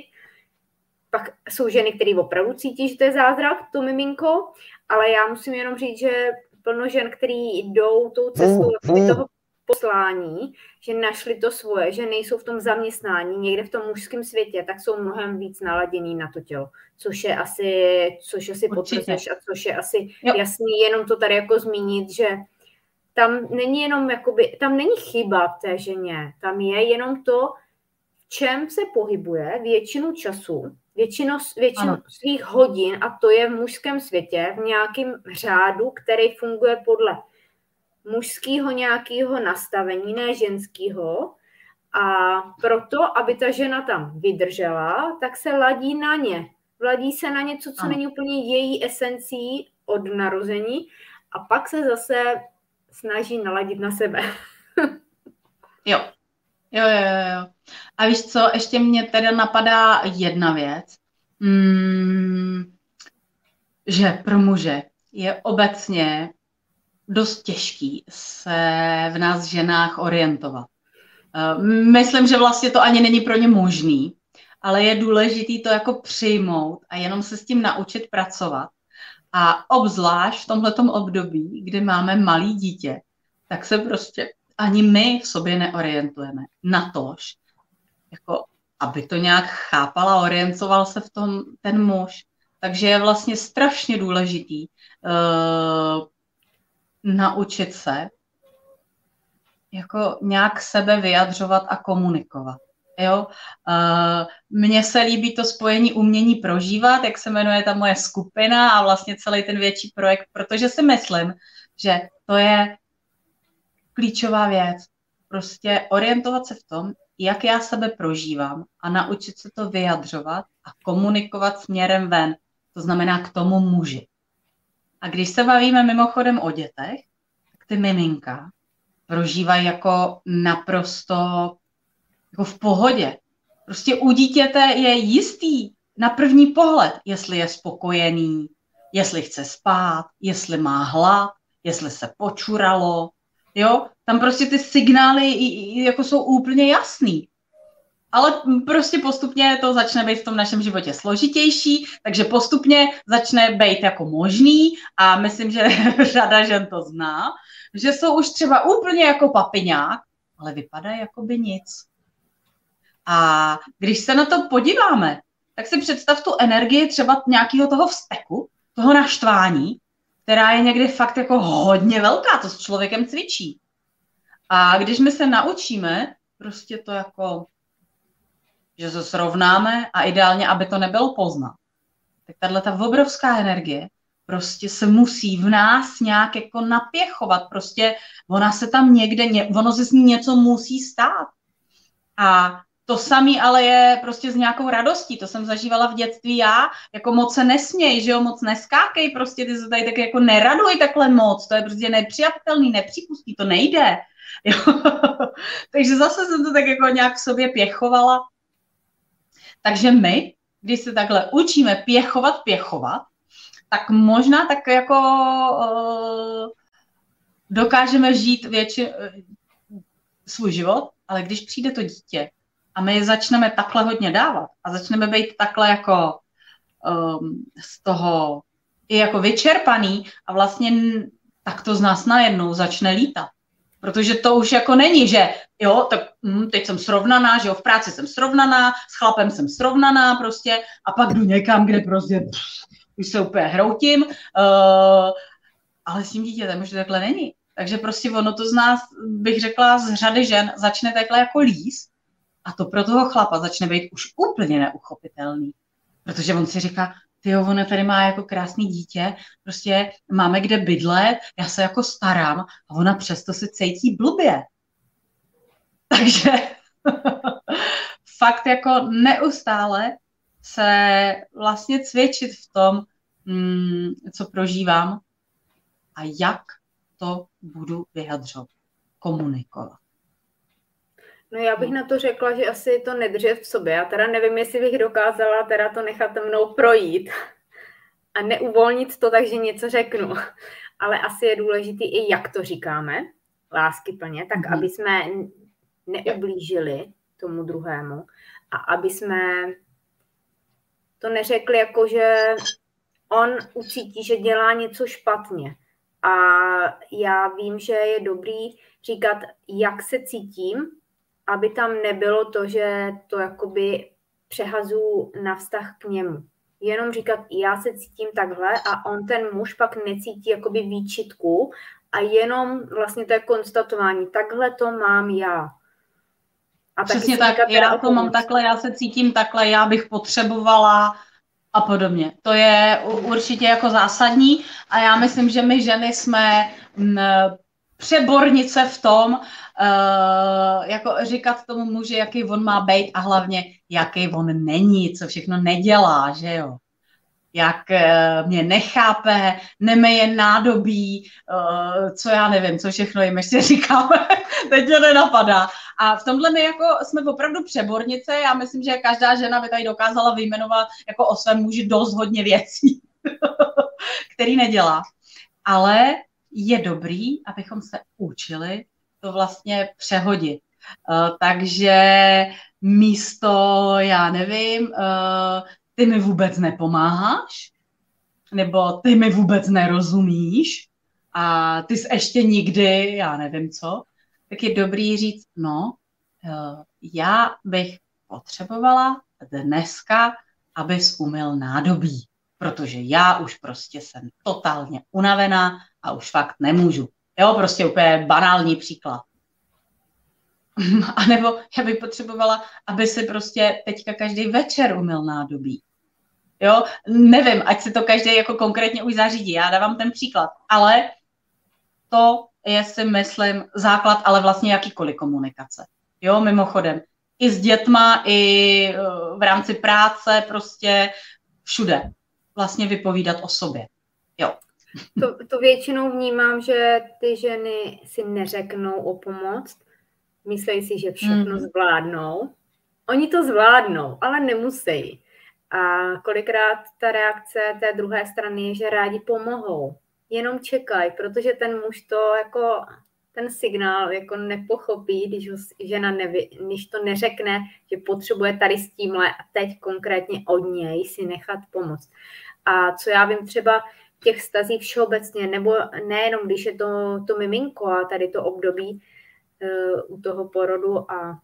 Pak jsou ženy, které opravdu cítí, že to je zázrak, to miminko, ale já musím jenom říct, že plno žen, který jdou tou cestou toho poslání, že našli to svoje, že nejsou v tom zaměstnání někde v tom mužském světě, tak jsou mnohem víc naladěný na to tělo, což je asi, což asi potvrzuješ a což je asi jo. jasný, jenom to tady jako zmínit, že tam není jenom jakoby, tam není chyba v té ženě, tam je jenom to, v čem se pohybuje většinu času, většinu, většinu svých hodin, a to je v mužském světě, v nějakém řádu, který funguje podle mužského nějakého nastavení, ne ženského. A proto, aby ta žena tam vydržela, tak se ladí na ně. Vladí se na něco, co ano. není úplně její esencí od narození a pak se zase snaží naladit na sebe. Jo. Jo, jo, jo. A víš co, ještě mě teda napadá jedna věc, hmm, že pro muže je obecně dost těžký se v nás ženách orientovat. Myslím, že vlastně to ani není pro ně možný, ale je důležitý to jako přijmout a jenom se s tím naučit pracovat. A obzvlášť v tomhletom období, kdy máme malý dítě, tak se prostě ani my v sobě neorientujeme. Natož, jako aby to nějak chápal a orientoval se v tom ten muž. Takže je vlastně strašně důležitý uh, naučit se jako nějak sebe vyjadřovat a komunikovat. Jo? Uh, mně se líbí to spojení umění prožívat, jak se jmenuje ta moje skupina a vlastně celý ten větší projekt, protože si myslím, že to je klíčová věc. Prostě orientovat se v tom, jak já sebe prožívám a naučit se to vyjadřovat a komunikovat směrem ven. To znamená k tomu muži. A když se bavíme mimochodem o dětech, tak ty miminka prožívají jako naprosto jako v pohodě. Prostě u dítěte je jistý na první pohled, jestli je spokojený, jestli chce spát, jestli má hlad, jestli se počuralo. Jo? Tam prostě ty signály jako jsou úplně jasný. Ale prostě postupně to začne být v tom našem životě složitější, takže postupně začne být jako možný a myslím, že řada žen to zná, že jsou už třeba úplně jako papiňák, ale vypadají jako by nic. A když se na to podíváme, tak si představ tu energii třeba nějakého toho vzteku, toho naštvání, která je někdy fakt jako hodně velká, to s člověkem cvičí. A když my se naučíme prostě to jako, že se srovnáme a ideálně, aby to nebylo poznat, tak tato obrovská energie prostě se musí v nás nějak jako napěchovat. Prostě ona se tam někde, ono se s ní něco musí stát. A to samé ale je prostě s nějakou radostí. To jsem zažívala v dětství já, jako moc se nesměj, že jo, moc neskákej, prostě ty se tady tak jako neraduj takhle moc, to je prostě nepřijatelný, nepřípustný, to nejde. Jo. Takže zase jsem to tak jako nějak v sobě pěchovala. Takže my, když se takhle učíme pěchovat, pěchovat, tak možná tak jako uh, dokážeme žít větši, uh, svůj život, ale když přijde to dítě a my začneme takhle hodně dávat a začneme být takhle jako um, z toho i jako vyčerpaný a vlastně tak to z nás najednou začne lítat. Protože to už jako není, že jo, tak hm, teď jsem srovnaná, že jo, v práci jsem srovnaná, s chlapem jsem srovnaná prostě a pak jdu někam, kde prostě pff, už se úplně hroutím, uh, ale s tím dítětem už to takhle není. Takže prostě ono to z nás, bych řekla, z řady žen začne takhle jako líst a to pro toho chlapa začne být už úplně neuchopitelný. Protože on si říká, tyjo, ona tady má jako krásný dítě, prostě máme kde bydlet, já se jako starám a ona přesto se cítí blbě. Takže fakt jako neustále se vlastně cvičit v tom, mm, co prožívám a jak to budu vyjadřovat, komunikovat. No já bych na to řekla, že asi to nedržet v sobě. Já teda nevím, jestli bych dokázala teda to nechat mnou projít a neuvolnit to, takže něco řeknu. Ale asi je důležitý i jak to říkáme, láskyplně, tak mm-hmm. aby jsme neublížili tomu druhému a aby jsme to neřekli jako, že on ucítí, že dělá něco špatně. A já vím, že je dobrý říkat, jak se cítím, aby tam nebylo to, že to jakoby přehazu na vztah k němu. Jenom říkat, já se cítím takhle a on, ten muž, pak necítí jakoby výčitku a jenom vlastně to je konstatování, takhle to mám já. A přesně tak, já to mám takhle, já se cítím takhle, já bych potřebovala a podobně. To je určitě jako zásadní a já myslím, že my ženy jsme m, přebornice v tom, uh, jako říkat tomu muži, jaký on má být a hlavně, jaký on není, co všechno nedělá, že jo. Jak uh, mě nechápe, nemeje nádobí, uh, co já nevím, co všechno jim ještě říkáme, teď mě nenapadá. A v tomhle my jako jsme opravdu přebornice, já myslím, že každá žena by tady dokázala vyjmenovat jako o svém muži dost hodně věcí, který nedělá. Ale je dobrý, abychom se učili to vlastně přehodit. Uh, takže místo, já nevím, uh, ty mi vůbec nepomáháš, nebo ty mi vůbec nerozumíš a ty jsi ještě nikdy, já nevím co, tak je dobrý říct, no, uh, já bych potřebovala dneska, abys umyl nádobí, protože já už prostě jsem totálně unavená a už fakt nemůžu. Jo, prostě úplně banální příklad. A nebo já bych potřebovala, aby si prostě teďka každý večer umyl nádobí. Jo, nevím, ať si to každý jako konkrétně už zařídí. Já dávám ten příklad, ale to je, si myslím, základ, ale vlastně jakýkoliv komunikace. Jo, mimochodem. I s dětma, i v rámci práce, prostě všude. Vlastně vypovídat o sobě. Jo. To, to většinou vnímám, že ty ženy si neřeknou o pomoc, myslí si, že všechno mm. zvládnou. Oni to zvládnou, ale nemusí. A kolikrát ta reakce té druhé strany je, že rádi pomohou. Jenom čekají, protože ten muž to jako ten signál jako nepochopí, když ho žena neví, když to neřekne, že potřebuje tady s tímhle a teď konkrétně od něj si nechat pomoct. A co já vím třeba těch vztazí všeobecně, nebo nejenom když je to, to miminko a tady to období uh, u toho porodu a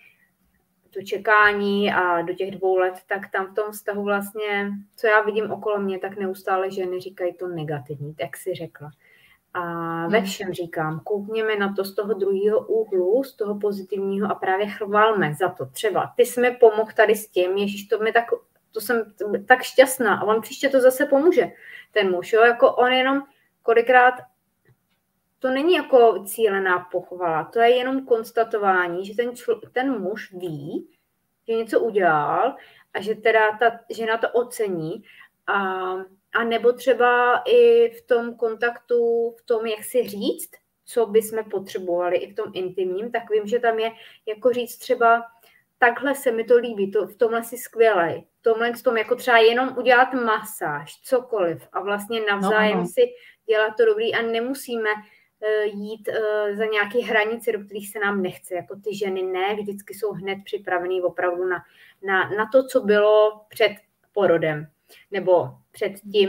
to čekání a do těch dvou let, tak tam v tom vztahu vlastně, co já vidím okolo mě, tak neustále ženy říkají to negativní, jak si řekla. A ve všem říkám, koukněme na to z toho druhého úhlu, z toho pozitivního a právě chvalme za to. Třeba ty jsi mi pomohl tady s tím, ježiš, to, mi tak, to jsem tak šťastná a on příště to zase pomůže, ten muž. Jo? Jako on jenom kolikrát, to není jako cílená pochvala, to je jenom konstatování, že ten, čl- ten muž ví, že něco udělal a že teda ta žena to ocení a A nebo třeba i v tom kontaktu, v tom, jak si říct, co bychom potřebovali i v tom intimním, tak vím, že tam je jako říct třeba, takhle se mi to líbí, to, v tomhle si skvělej, v tomhle s tom jako třeba jenom udělat masáž, cokoliv a vlastně navzájem no, no. si dělat to dobrý a nemusíme uh, jít uh, za nějaké hranice, do kterých se nám nechce, jako ty ženy ne, vždycky jsou hned připravený opravdu na, na, na to, co bylo před porodem. Nebo před tím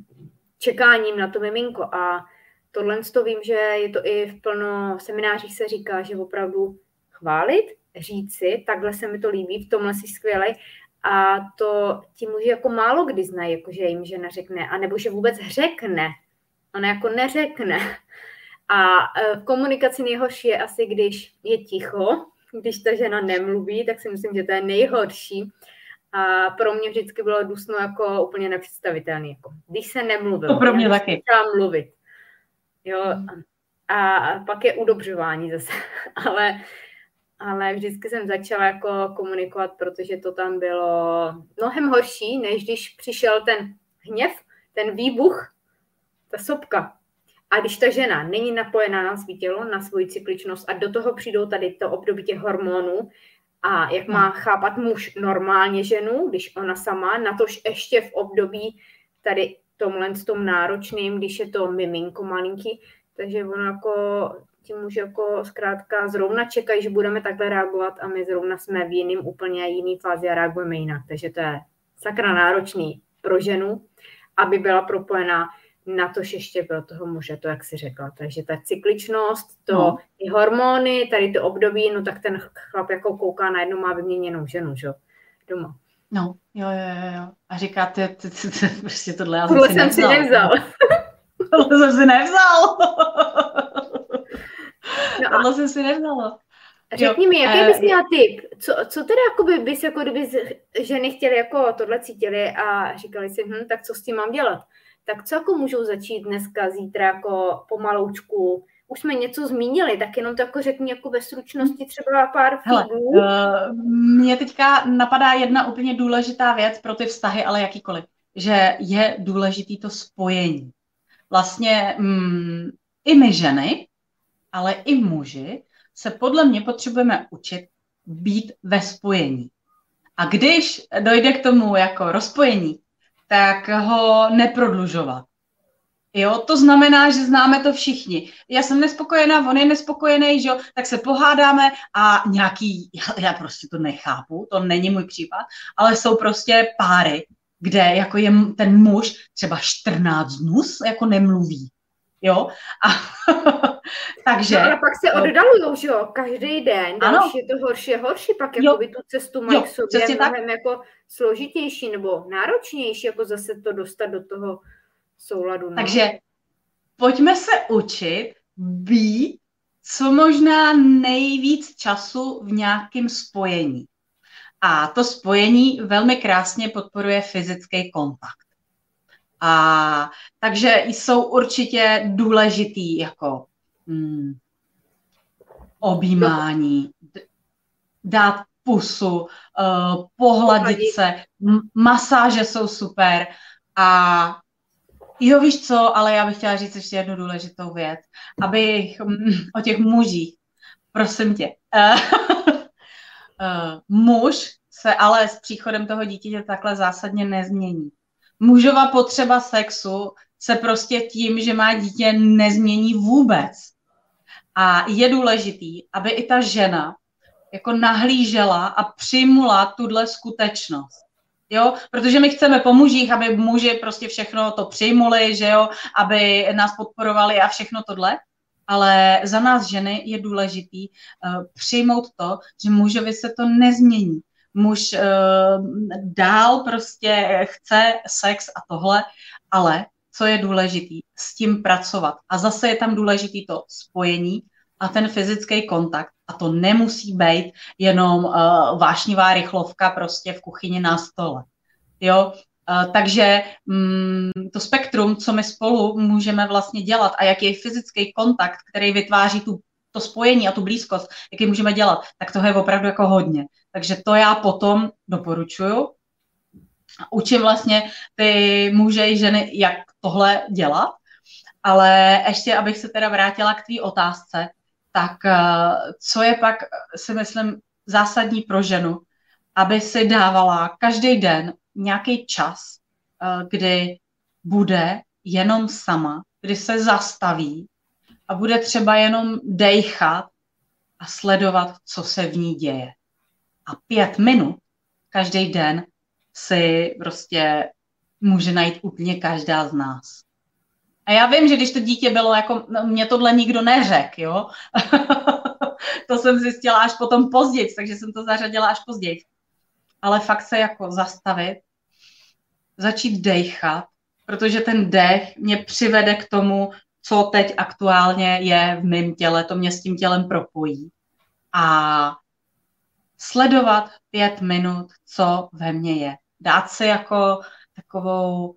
čekáním na to miminko. A tohle to vím, že je to i v plno seminářích se říká, že opravdu chválit, říci, takhle se mi to líbí, v tomhle si skvělej. A to ti muži jako málo kdy znají, jako že jim žena řekne, anebo že vůbec řekne. Ona jako neřekne. A v komunikaci nejhorší je asi, když je ticho, když ta žena nemluví, tak si myslím, že to je nejhorší. A pro mě vždycky bylo dusno jako úplně nepředstavitelný. Jako, když se nemluvilo. To pro mě taky. Začala mluvit. Jo, a, a pak je udobřování zase. ale, ale vždycky jsem začala jako komunikovat, protože to tam bylo mnohem horší, než když přišel ten hněv, ten výbuch, ta sopka. A když ta žena není napojená na svý tělo, na svoji cykličnost a do toho přijdou tady to období těch hormonů, a jak má chápat muž normálně ženu, když ona sama, natož ještě v období tady tomhle s tom náročným, když je to miminko malinký, takže ono jako, ti muži jako zkrátka zrovna čekají, že budeme takhle reagovat a my zrovna jsme v jiným úplně jiný fázi a reagujeme jinak. Takže to je sakra náročný pro ženu, aby byla propojená na to ještě pro toho muže, to jak si řekla. Takže ta cykličnost, to no. i hormony, tady to období, no tak ten chlap jako kouká na jednu má vyměněnou ženu, že? Doma. No, jo, jo, jo. A říká, ty, ty, ty, ty prostě tohle já tohle jsem si nevzal. Tohle jsem si nevzal. No tohle jsem si nevzala. Řekni jo, mi, jaký bys měla tip? Co, co teda jakoby bys, jako kdyby ženy chtěly jako tohle cítily a říkali si, hm, tak co s tím mám dělat? Tak co jako můžou začít dneska, zítra jako pomaloučku už jsme něco zmínili, tak jenom to jako řekni jako ve stručnosti třeba pár figů. Uh, mně teďka napadá jedna úplně důležitá věc pro ty vztahy, ale jakýkoliv, že je důležitý to spojení. Vlastně mm, i my ženy, ale i muži se podle mě potřebujeme učit být ve spojení. A když dojde k tomu jako rozpojení, tak ho neprodlužovat. Jo, to znamená, že známe to všichni. Já jsem nespokojená, on je nespokojený, že jo, tak se pohádáme a nějaký, já, já prostě to nechápu, to není můj případ, ale jsou prostě páry, kde jako je ten muž třeba čtrnáct dnů jako nemluví. Jo, a takže... No, ale pak se oddalujou, že jo, každý den, další je to horší a horší, pak jako by tu cestu mají k sobě mnohem tak jako složitější nebo náročnější, jako zase to dostat do toho souladu. No. Takže pojďme se učit být co možná nejvíc času v nějakém spojení. A to spojení velmi krásně podporuje fyzický kontakt. A takže jsou určitě důležitý jako hmm, objímání, dát pusu, uh, pohladit se, m- masáže jsou super. A jo, víš co, ale já bych chtěla říct ještě jednu důležitou věc, abych mm, o těch mužích, prosím tě, uh, uh, muž se ale s příchodem toho dítěte takhle zásadně nezmění. Mužova potřeba sexu se prostě tím, že má dítě, nezmění vůbec. A je důležitý, aby i ta žena jako nahlížela a přijmula tuhle skutečnost. Jo, protože my chceme po mužích, aby muži prostě všechno to přijmuli, že jo, aby nás podporovali a všechno tohle, ale za nás ženy je důležitý uh, přijmout to, že mužovi se to nezmění. Muž uh, dál prostě chce sex a tohle, ale co je důležitý, s tím pracovat. A zase je tam důležitý to spojení a ten fyzický kontakt. A to nemusí být jenom uh, vášnivá rychlovka prostě v kuchyni na stole. Jo? Uh, takže um, to spektrum, co my spolu můžeme vlastně dělat a jaký je fyzický kontakt, který vytváří tu, to spojení a tu blízkost, jaký můžeme dělat, tak toho je opravdu jako hodně. Takže to já potom doporučuju. Učím vlastně ty muže i ženy, jak tohle dělat, ale ještě, abych se teda vrátila k tvý otázce, tak co je pak, si myslím, zásadní pro ženu, aby si dávala každý den nějaký čas, kdy bude jenom sama, kdy se zastaví a bude třeba jenom dejchat a sledovat, co se v ní děje. A pět minut každý den si prostě může najít úplně každá z nás. A já vím, že když to dítě bylo jako, mě tohle nikdo neřekl, jo. To jsem zjistila až potom později, takže jsem to zařadila až později. Ale fakt se jako zastavit, začít dejchat, protože ten dech mě přivede k tomu, co teď aktuálně je v mém těle, to mě s tím tělem propojí. A sledovat pět minut, co ve mně je. Dát si jako takovou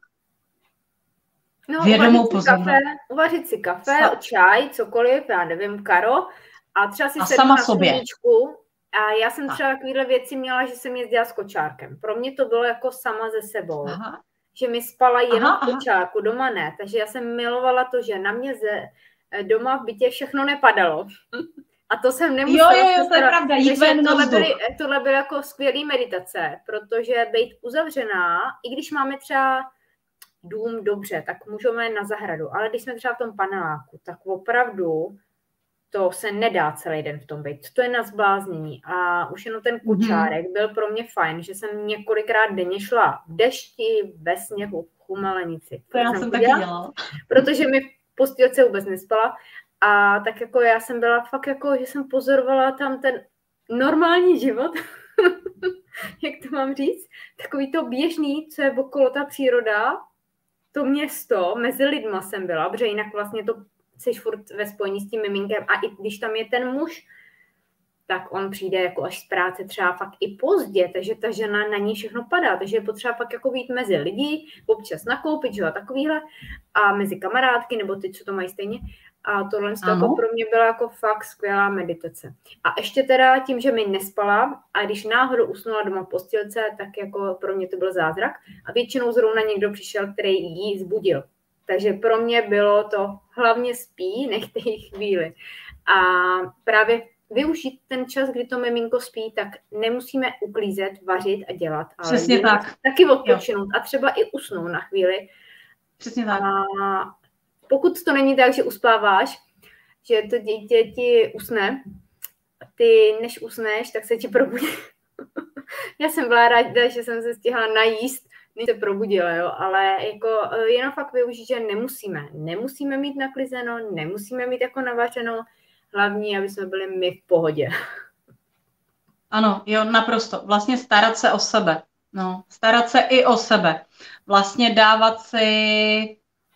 no, vědomou pozornost. Uvařit si kafe, Sta- čaj, cokoliv, já nevím, karo, a třeba si sednout na sluníčku. A já jsem třeba takovýhle věci měla, že jsem jezdila s kočárkem. Pro mě to bylo jako sama ze sebou. Aha. Že mi spala jenom aha, v kočárku, doma ne. Takže já jsem milovala to, že na mě ze, doma v bytě všechno nepadalo. A to jsem nemusela. Jo, jo, jo, to je pravda. Jít ven tohle, byly, tohle byly jako skvělý meditace, protože být uzavřená, i když máme třeba dům dobře, tak můžeme na zahradu, ale když jsme třeba v tom paneláku, tak opravdu to se nedá celý den v tom být. To je na zbláznění. A už jenom ten kočárek mm-hmm. byl pro mě fajn, že jsem několikrát denně šla v dešti, ve sněhu, v chumelenici. To já jsem, jsem taky dělala. Protože mi postýlce vůbec nespala. A tak jako já jsem byla fakt jako, že jsem pozorovala tam ten normální život, jak to mám říct, takový to běžný, co je okolo ta příroda, to město, mezi lidma jsem byla, protože jinak vlastně to jsi furt ve spojení s tím miminkem a i když tam je ten muž, tak on přijde jako až z práce třeba fakt i pozdě, takže ta žena na ní všechno padá, takže je potřeba fakt jako být mezi lidi, občas nakoupit, že jo, takovýhle, a mezi kamarádky, nebo ty, co to mají stejně. A tohle jako pro mě byla jako fakt skvělá meditace. A ještě teda tím, že mi nespala a když náhodou usnula doma v postýlce, tak jako pro mě to byl zázrak. A většinou zrovna někdo přišel, který jí zbudil. Takže pro mě bylo to hlavně spí, nechte jí chvíli. A právě využít ten čas, kdy to miminko spí, tak nemusíme uklízet, vařit a dělat. Ale přesně tak. Taky odpočinout jo. A třeba i usnout na chvíli. Přesně tak. A pokud to není tak, že uspáváš, že to dítě ti usne, ty než usneš, tak se ti probudí. Já jsem byla ráda, že jsem se stihla najíst, než se probudila, jo, ale jako jenom fakt využít, že nemusíme. Nemusíme mít naklizeno, nemusíme mít jako navařeno, hlavní, aby jsme byli my v pohodě. Ano, jo, naprosto. Vlastně starat se o sebe. No, starat se i o sebe. Vlastně dávat si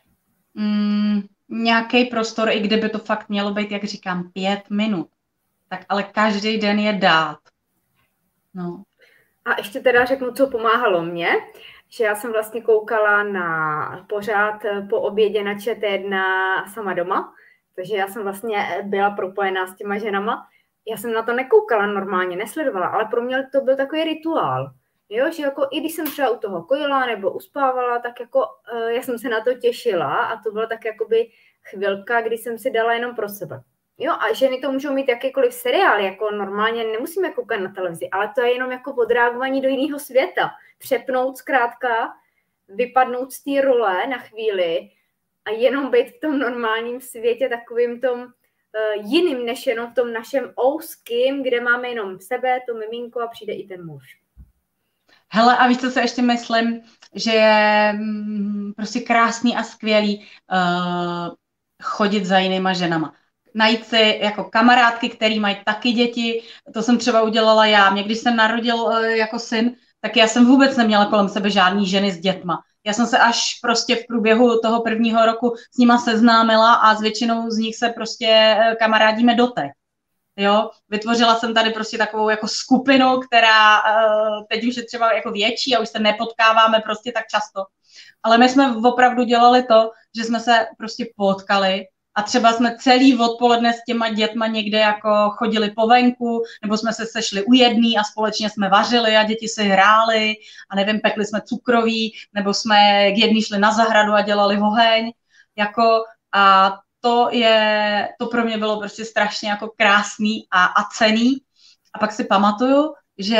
mm, nějaký prostor, i kdyby to fakt mělo být, jak říkám, pět minut. Tak ale každý den je dát. No. A ještě teda řeknu, co pomáhalo mně, že já jsem vlastně koukala na pořád po obědě na Č T jedna sama doma, takže já jsem vlastně byla propojená s těma ženama. Já jsem na to nekoukala normálně, nesledovala, ale pro mě to byl takový rituál. Jo, že jako i když jsem třeba u toho kojila nebo uspávala, tak jako uh, já jsem se na to těšila a to byla tak jakoby chvilka, kdy jsem si dala jenom pro sebe. Jo, a ženy to můžou mít jakýkoliv seriál, jako normálně nemusíme koukat na televizi, ale to je jenom jako odreagování do jiného světa. Přepnout zkrátka, vypadnout z té role na chvíli a jenom být v tom normálním světě takovým tom uh, jiným, než jenom v tom našem ouským, kde máme jenom sebe, to miminko a přijde i ten muž. Hele, a víš, co se ještě myslím, že je mm, prostě krásný a skvělý uh, chodit za jinýma ženama. Najít si jako kamarádky, který mají taky děti, to jsem třeba udělala já. Mě, když jsem narodil uh, jako syn, tak já jsem vůbec neměla kolem sebe žádný ženy s dětma. Já jsem se až prostě v průběhu toho prvního roku s nima seznámila a s většinou z nich se prostě uh, kamarádíme doteď. Jo, vytvořila jsem tady prostě takovou jako skupinu, která uh, teď už je třeba jako větší a už se nepotkáváme prostě tak často. Ale my jsme opravdu dělali to, že jsme se prostě potkali a třeba jsme celý odpoledne s těma dětma někde jako chodili po venku, nebo jsme se sešli u jedný a společně jsme vařili a děti si hrály a nevím, pekli jsme cukroví, nebo jsme k jedný šli na zahradu a dělali oheň. Jako a To, je, to pro mě bylo prostě strašně jako krásný a, a cenný. A pak si pamatuju, že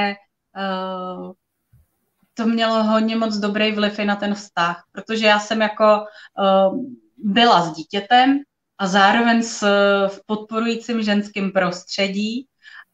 uh, to mělo hodně moc dobrý vliv i na ten vztah, protože já jsem jako uh, byla s dítětem a zároveň s, v podporujícím ženským prostředí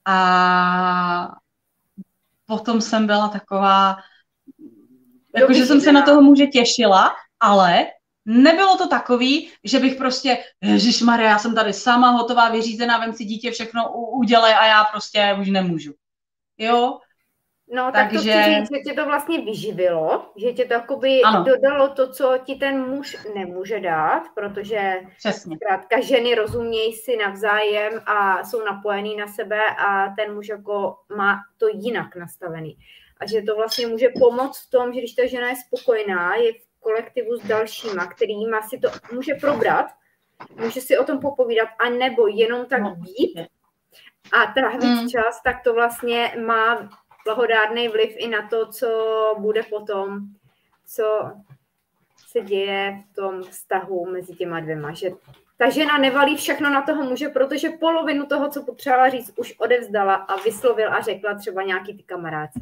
a potom jsem byla taková, jako že jsem se na toho muže těšila, ale nebylo to takový, že bych prostě, ježišmarja, já jsem tady sama, hotová, vyřízená, vem si dítě, všechno udělej a já prostě už nemůžu. Jo? No, tak Takže... to chci říct, že tě to vlastně vyživilo, že tě to jakoby ano. dodalo to, co ti ten muž nemůže dát, protože zkrátka ženy rozumějí si navzájem a jsou napojený na sebe a ten muž jako má to jinak nastavený. A že to vlastně může pomoct v tom, že když ta žena je spokojená, je v kolektivu s dalšíma, kterýma si to může probrat, může si o tom popovídat, anebo jenom tak být a trávit mm. čas, tak to vlastně má blahodárný vliv i na to, co bude potom, co se děje v tom vztahu mezi těma dvěma. Že ta žena nevalí všechno na toho muže, protože polovinu toho, co potřebovala říct, už odevzdala a vyslovil a řekla třeba nějaký ty kamarádce.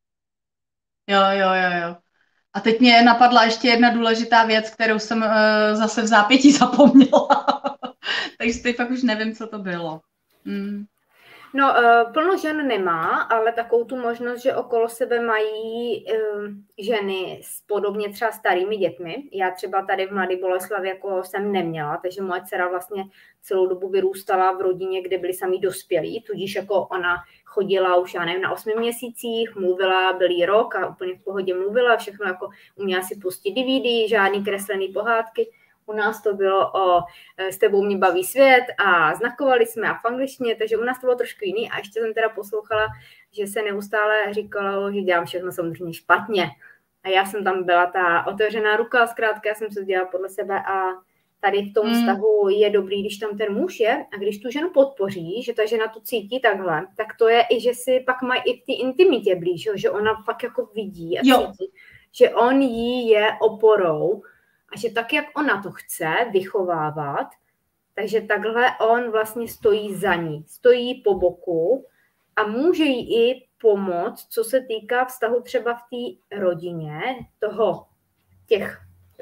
Jo, jo, jo, jo. A teď mě napadla ještě jedna důležitá věc, kterou jsem uh, zase v zápětí zapomněla. Takže teď fakt už nevím, co to bylo. Hmm. No, uh, plno žen nemá, ale takovou tu možnost, že okolo sebe mají uh, ženy s podobně třeba starými dětmi. Já třeba tady v Mladé Boleslavi jako jsem neměla, takže moje dcera vlastně celou dobu vyrůstala v rodině, kde byli sami dospělí, tudíž jako ona chodila už, já nevím, na osmi měsících, mluvila, byl jí rok a úplně v pohodě mluvila, všechno jako uměla si pustit D V D, žádný kreslený pohádky. U nás to bylo o s tebou mě baví svět a znakovali jsme a v angličtině, takže u nás to bylo trošku jiný a ještě jsem teda poslouchala, že se neustále říkalo, že dělám všechno samozřejmě špatně. A já jsem tam byla ta otevřená ruka, zkrátka já jsem se dělala podle sebe a tady v tom Mm. vztahu je dobrý, když tam ten muž je a když tu ženu podpoří, že ta žena to cítí takhle, tak to je i, že si pak mají i v té intimitě blíž, že ona fakt jako vidí a Jo. cítí, že on jí je oporou a že tak, jak ona to chce vychovávat, takže takhle on vlastně stojí za ní, stojí po boku a může jí i pomoct, co se týká vztahu třeba v té rodině, toho těch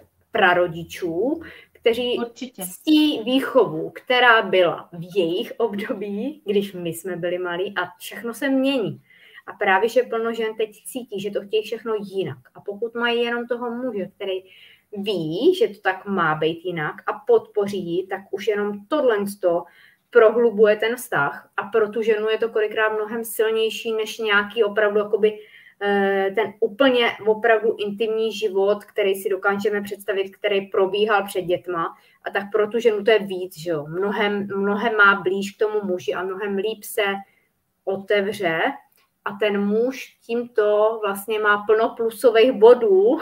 prarodičů, kteří Určitě. ctí výchovu, která byla v jejich období, když my jsme byli malí a všechno se mění. A právě, že plno žen teď cítí, že to chtějí všechno jinak. A pokud mají jenom toho muže, který ví, že to tak má být jinak a podpoří, tak už jenom tohle prohlubuje ten vztah a pro tu ženu je to kolikrát mnohem silnější než nějaký opravdu jakoby ten úplně opravdu intimní život, který si dokážeme představit, který probíhal před dětma a tak pro tu ženu to je víc, že jo. Mnohem, mnohem má blíž k tomu muži a mnohem líp se otevře a ten muž tímto vlastně má plno plusových bodů,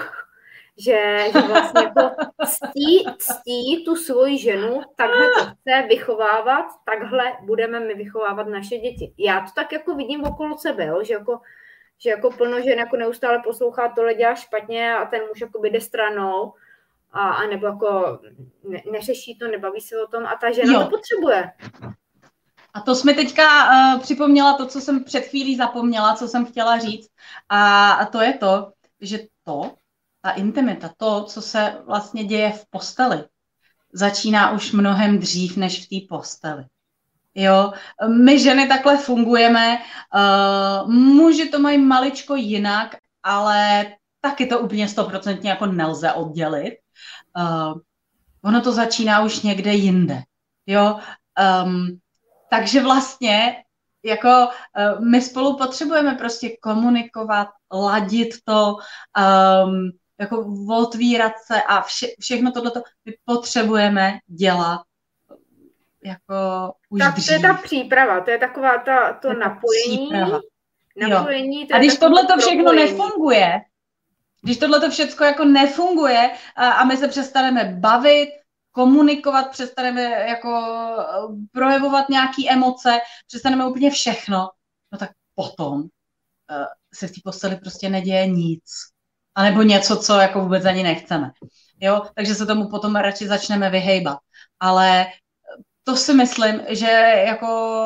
že, že vlastně jako ctí, ctí tu svoji ženu, takhle to chce vychovávat, takhle budeme my vychovávat naše děti. Já to tak jako vidím okolo sebe, jo, že jako že jako plno žen jako neustále poslouchá, tohle dělá špatně a ten muž jako jde stranou a, a nebo jako ne, neřeší to, nebaví se o tom a ta žena Jo. to potřebuje. A to jsme teďka uh, připomněla to, co jsem před chvílí zapomněla, co jsem chtěla říct a, a to je to, že to, ta intimita, to, co se vlastně děje v posteli, začíná už mnohem dřív než v té posteli. Jo, my ženy takhle fungujeme, uh, muži to mají maličko jinak, ale taky to úplně stoprocentně jako nelze oddělit. Uh, ono to začíná už někde jinde. Jo, um, takže vlastně jako uh, my spolu potřebujeme prostě komunikovat, ladit to, um, jako otvírat se a vše, všechno tohleto my potřebujeme dělat jako už tak dřív. to je ta příprava, to je taková ta, to je napojení. napojení to a když tohle to všechno propojení. nefunguje, když tohle to všechno jako nefunguje a, a my se přestaneme bavit, komunikovat, přestaneme jako projevovat nějaké emoce, přestaneme úplně všechno, no tak potom uh, se v té posteli prostě neděje nic. A nebo něco, co jako vůbec ani nechceme. Jo? Takže se tomu potom radši začneme vyhejbat. Ale to si myslím, že jako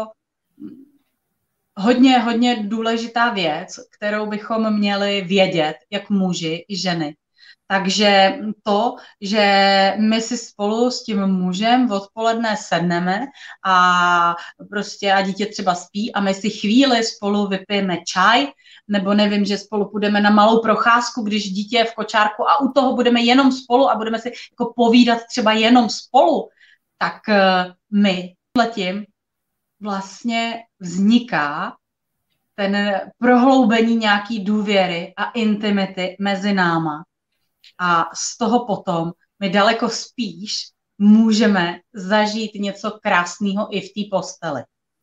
hodně, hodně důležitá věc, kterou bychom měli vědět, jak muži i ženy. Takže to, že my si spolu s tím mužem odpoledne sedneme a prostě a dítě třeba spí a my si chvíli spolu vypijeme čaj, nebo nevím, že spolu půjdeme na malou procházku, když dítě je v kočárku a u toho budeme jenom spolu a budeme si jako povídat třeba jenom spolu, tak my letím vlastně vzniká ten prohloubení nějaký důvěry a intimity mezi náma. A z toho potom my daleko spíš můžeme zažít něco krásného i v té posteli.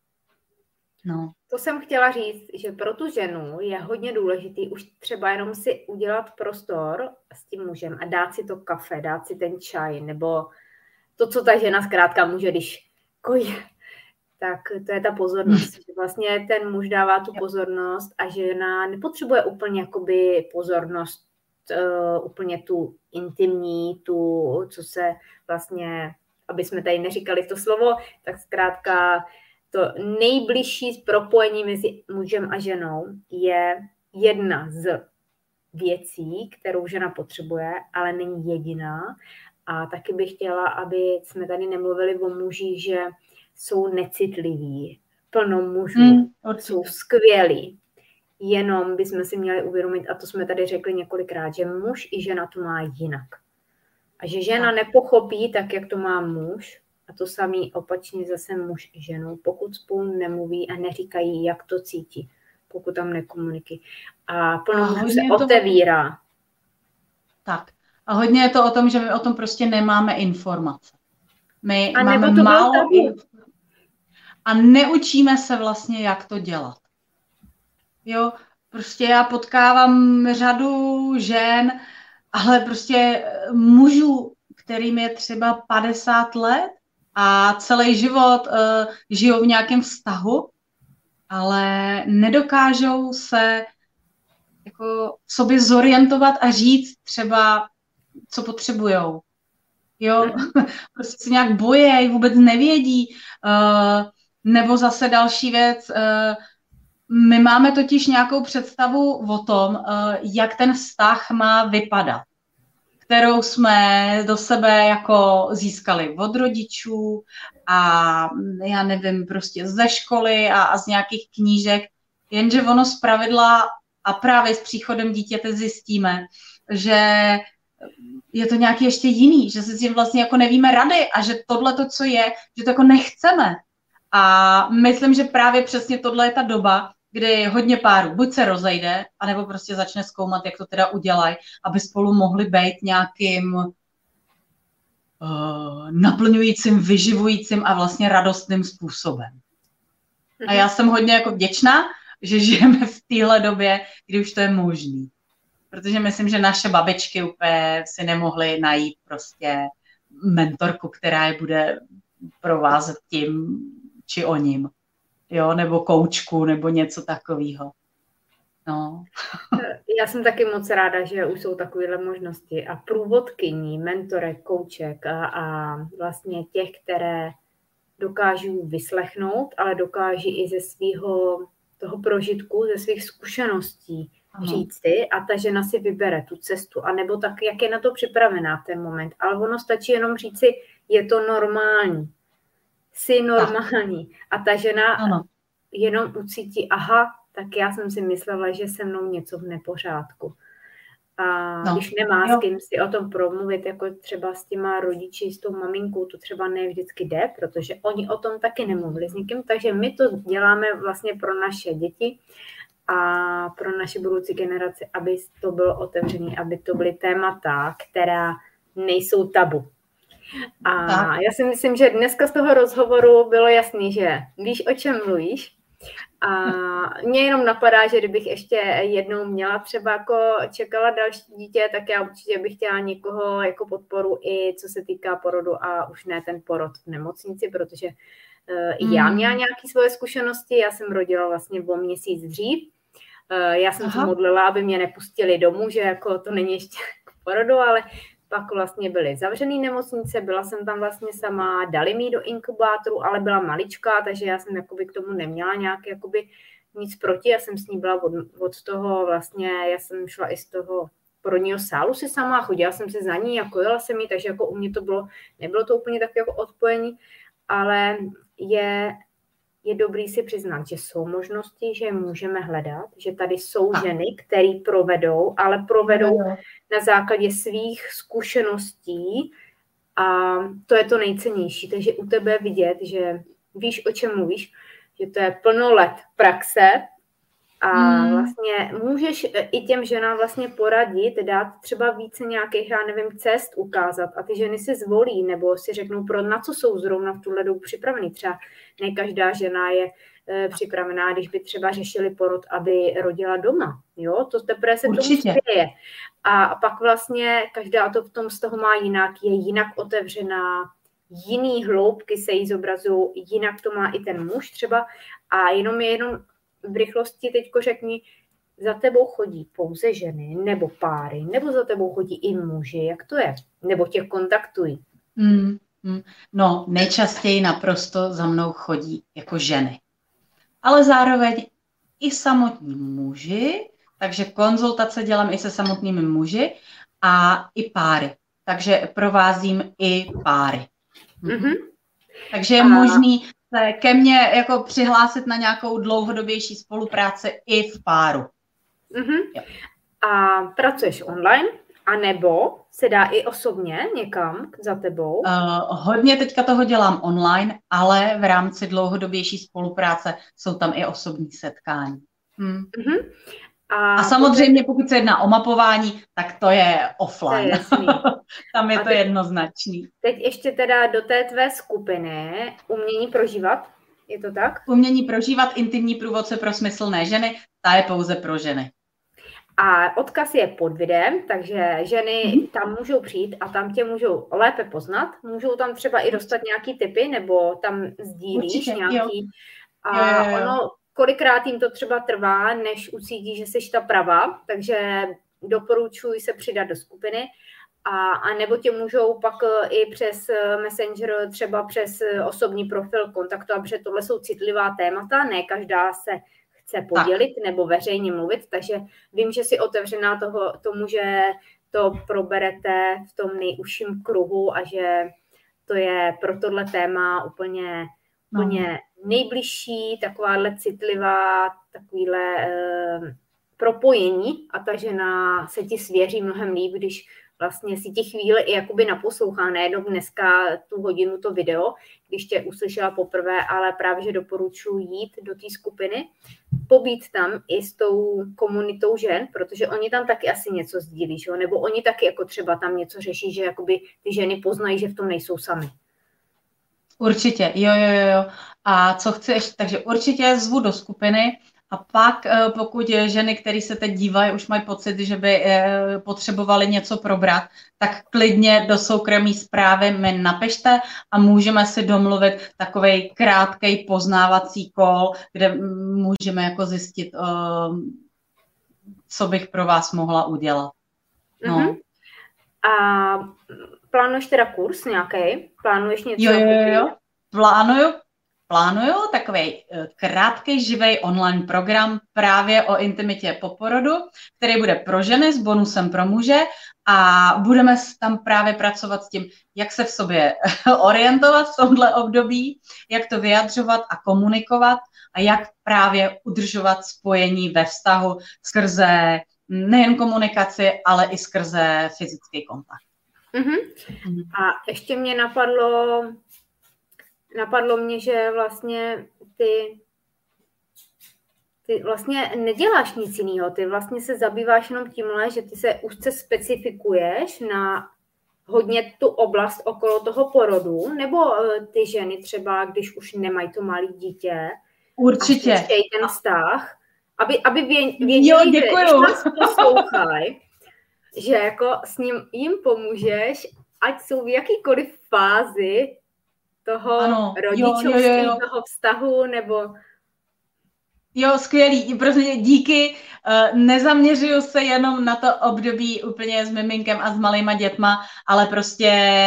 No. To jsem chtěla říct, že pro tu ženu je hodně důležitý už třeba jenom si udělat prostor s tím mužem a dát si to kafe, dát si ten čaj, nebo to, co ta žena zkrátka může, když kojí. Tak to je ta pozornost, že vlastně ten muž dává tu pozornost a žena nepotřebuje úplně jakoby pozornost, uh, úplně tu intimní, tu, co se vlastně, aby jsme tady neříkali to slovo, tak zkrátka to nejbližší propojení mezi mužem a ženou je jedna z věcí, kterou žena potřebuje, ale není jediná. A taky bych chtěla, aby jsme tady nemluvili o mužích, že jsou necitliví, plno mužů, hmm, jsou skvělí. Jenom bychom si měli uvědomit, a to jsme tady řekli několikrát, že muž i žena to má jinak. A že žena nepochopí tak, jak to má muž, a to samý opačně zase muž i ženou, pokud spolu nemluví a neříkají, jak to cítí, pokud tam nekomunikují. A plno mužů se to otevírá. Tak. A hodně je to o tom, že my o tom prostě nemáme informace. My a máme málo informací. A neučíme se vlastně, jak to dělat. Jo, prostě já potkávám řadu žen, ale prostě mužů, kterým je třeba padesát let a celý život uh, žijou v nějakém vztahu, ale nedokážou se jako v sobě zorientovat a říct třeba, co potřebujou. Jo, prostě se nějak bojejí, vůbec nevědí. Uh, nebo zase další věc, uh, my máme totiž nějakou představu o tom, uh, jak ten vztah má vypadat, kterou jsme do sebe jako získali od rodičů a já nevím, prostě ze školy a, a z nějakých knížek, jenže ono zpravidla a právě s příchodem dítěte zjistíme, že je to nějaký ještě jiný, že si s tím vlastně jako nevíme rady a že tohle to, co je, že to jako nechceme. A myslím, že právě přesně tohle je ta doba, kdy hodně párů buď se rozejde, anebo prostě začne zkoumat, jak to teda udělají, aby spolu mohli být nějakým uh, naplňujícím, vyživujícím a vlastně radostným způsobem. A já jsem hodně jako vděčná, že žijeme v téhle době, kdy už to je možný. Protože myslím, že naše babičky úplně si nemohly najít prostě mentorku, která je bude provázet tím či o ním. Jo, nebo koučku, nebo něco takového. No. Já jsem taky moc ráda, že už jsou takovéhle možnosti a průvodkyní, mentorek, kouček a, a vlastně těch, které dokážou vyslechnout, ale dokáží i ze svého toho prožitku, ze svých zkušeností říct si a ta žena si vybere tu cestu, anebo tak, jak je na to připravená v ten moment. Ale ono stačí jenom říct si, je to normální. Jsi normální. A ta žena ano. jenom ucítí, aha, tak já jsem si myslela, že se mnou něco v nepořádku. A no. když nemá jo. s kým si o tom promluvit, jako třeba s těma rodiči, s tou maminkou, to třeba ne vždycky jde, protože oni o tom taky nemluvili s někým, takže my to děláme vlastně pro naše děti a pro naše budoucí generace, aby to bylo otevřené, aby to byly témata, která nejsou tabu. A tak. já si myslím, že dneska z toho rozhovoru bylo jasný, že víš, o čem mluvíš. A mě jenom napadá, že kdybych ještě jednou měla třeba jako čekala další dítě, tak já určitě bych chtěla někoho jako podporu i co se týká porodu a už ne ten porod v nemocnici, protože uh, i já měla nějaké svoje zkušenosti, já jsem rodila vlastně o měsíc dřív. Uh, já jsem Aha. se modlila, aby mě nepustili domů, že jako to není ještě k porodu, ale pak vlastně byly zavřený nemocnice, byla jsem tam vlastně sama, dali mi do inkubátoru, ale byla maličká, takže já jsem jakoby k tomu neměla nějak jakoby nic proti, já jsem s ní byla od, od toho vlastně, já jsem šla i z toho porodního sálu si sama, chodila jsem si za ní a kojila jsem jí, takže jako u mě to bylo, nebylo to úplně tak jako odpojení, ale je... je dobrý si přiznat, že jsou možnosti, že je můžeme hledat, že tady jsou ženy, které provedou, ale provedou na základě svých zkušeností a to je to nejcennější. Takže u tebe vidět, že víš, o čem mluvíš, že to je plno let praxe a hmm. vlastně můžeš i těm ženám vlastně poradit, dát třeba více nějakých, já nevím, cest ukázat a ty ženy si zvolí nebo si řeknou, pro na co jsou zrovna v tuhle dobu připravený. Třeba ne každá žena je e, připravená, když by třeba řešili porod, aby rodila doma. Jo, to teprve se Určitě. tomu spěje. A pak vlastně každá to v tom z toho má jinak, je jinak otevřená, jiný hloubky se jí zobrazují, jinak to má i ten muž třeba a jenom je jenom v rychlosti teďko řekni, za tebou chodí pouze ženy nebo páry, nebo za tebou chodí i muži, jak to je? Nebo tě kontaktují? Mm, mm. No, nejčastěji naprosto za mnou chodí jako ženy. Ale zároveň i samotní muži, takže konzultace dělám i se samotnými muži a i páry. Takže provázím i páry. Mm-hmm. Takže je a... možný se ke mně jako přihlásit na nějakou dlouhodobější spolupráci i v páru. Mm-hmm. A pracuješ online, anebo se dá i osobně někam za tebou? Uh, hodně teďka toho dělám online, ale v rámci dlouhodobější spolupráce jsou tam i osobní setkání. Hmm. Mm-hmm. A, a samozřejmě, pokud se jedná o mapování, tak to je offline. To je tam je a to teď, jednoznačný. Teď ještě teda do té tvé skupiny umění prožívat, je to tak? Umění prožívat, intimní průvodce pro smyslné ženy, ta je pouze pro ženy. A odkaz je pod videem, takže ženy mm. tam můžou přijít a tam tě můžou lépe poznat. Můžou tam třeba i dostat nějaký tipy, nebo tam sdílíš určitě, nějaký. Jo. A jo, jo, jo. Ono kolikrát jim to třeba trvá, než ucítí, že jsi ta pravá, takže doporučuji se přidat do skupiny. A, a nebo tě můžou pak i přes Messenger, třeba přes osobní profil kontaktovat, protože tohle jsou citlivá témata, ne každá se chce podělit tak. nebo veřejně mluvit, takže vím, že jsi otevřená toho, tomu, že to proberete v tom nejužším kruhu a že to je pro tohle téma úplně, no. úplně nejbližší, takováhle citlivá, takovýhle eh, propojení a ta žena se ti svěří mnohem líp, když vlastně si ti chvíli i jakoby naposlouchá, nejenom dneska tu hodinu to video, když tě uslyšela poprvé, ale právě, že doporučuji jít do té skupiny, pobít tam i s tou komunitou žen, protože oni tam taky asi něco sdílí, že? Nebo oni taky jako třeba tam něco řeší, že jakoby ty ženy poznají, že v tom nejsou sami. Určitě, jo, jo, jo. A co chci ještě, takže určitě zvu do skupiny. A pak, pokud ženy, které se teď dívají, už mají pocit, že by potřebovali něco probrat, tak klidně do soukromé zprávy mi napište a můžeme si domluvit takovej krátkej poznávací call, kde můžeme jako zjistit, co bych pro vás mohla udělat. No. Mm-hmm. A plánuješ teda kurz nějaký? Plánuješ něco? Jo, jo, jo. Plánuju. Plánuju takový krátký, živý online program právě o intimitě po porodu, který bude pro ženy s bonusem pro muže a budeme tam právě pracovat s tím, jak se v sobě orientovat v tomhle období, jak to vyjadřovat a komunikovat a jak právě udržovat spojení ve vztahu skrze nejen komunikaci, ale i skrze fyzický kontakt. Mm-hmm. A ještě mě napadlo... Napadlo mě, že vlastně ty, ty vlastně neděláš nic jiného, ty vlastně se zabýváš jenom tímhle, že ty se úzce specifikuješ na hodně tu oblast okolo toho porodu, nebo ty ženy třeba, když už nemají to malé dítě, určitě. A chtějí ten vztah, aby, aby věděli, jo, že když nás poslouchají, že jako s ním jim pomůžeš, ať jsou v jakýkoliv fázi toho ano, rodičovství, jo, jo, jo. toho vztahu, nebo... Jo, skvělý. Prostě díky. Nezaměřuju se jenom na to období úplně s miminkem a s malýma dětma, ale prostě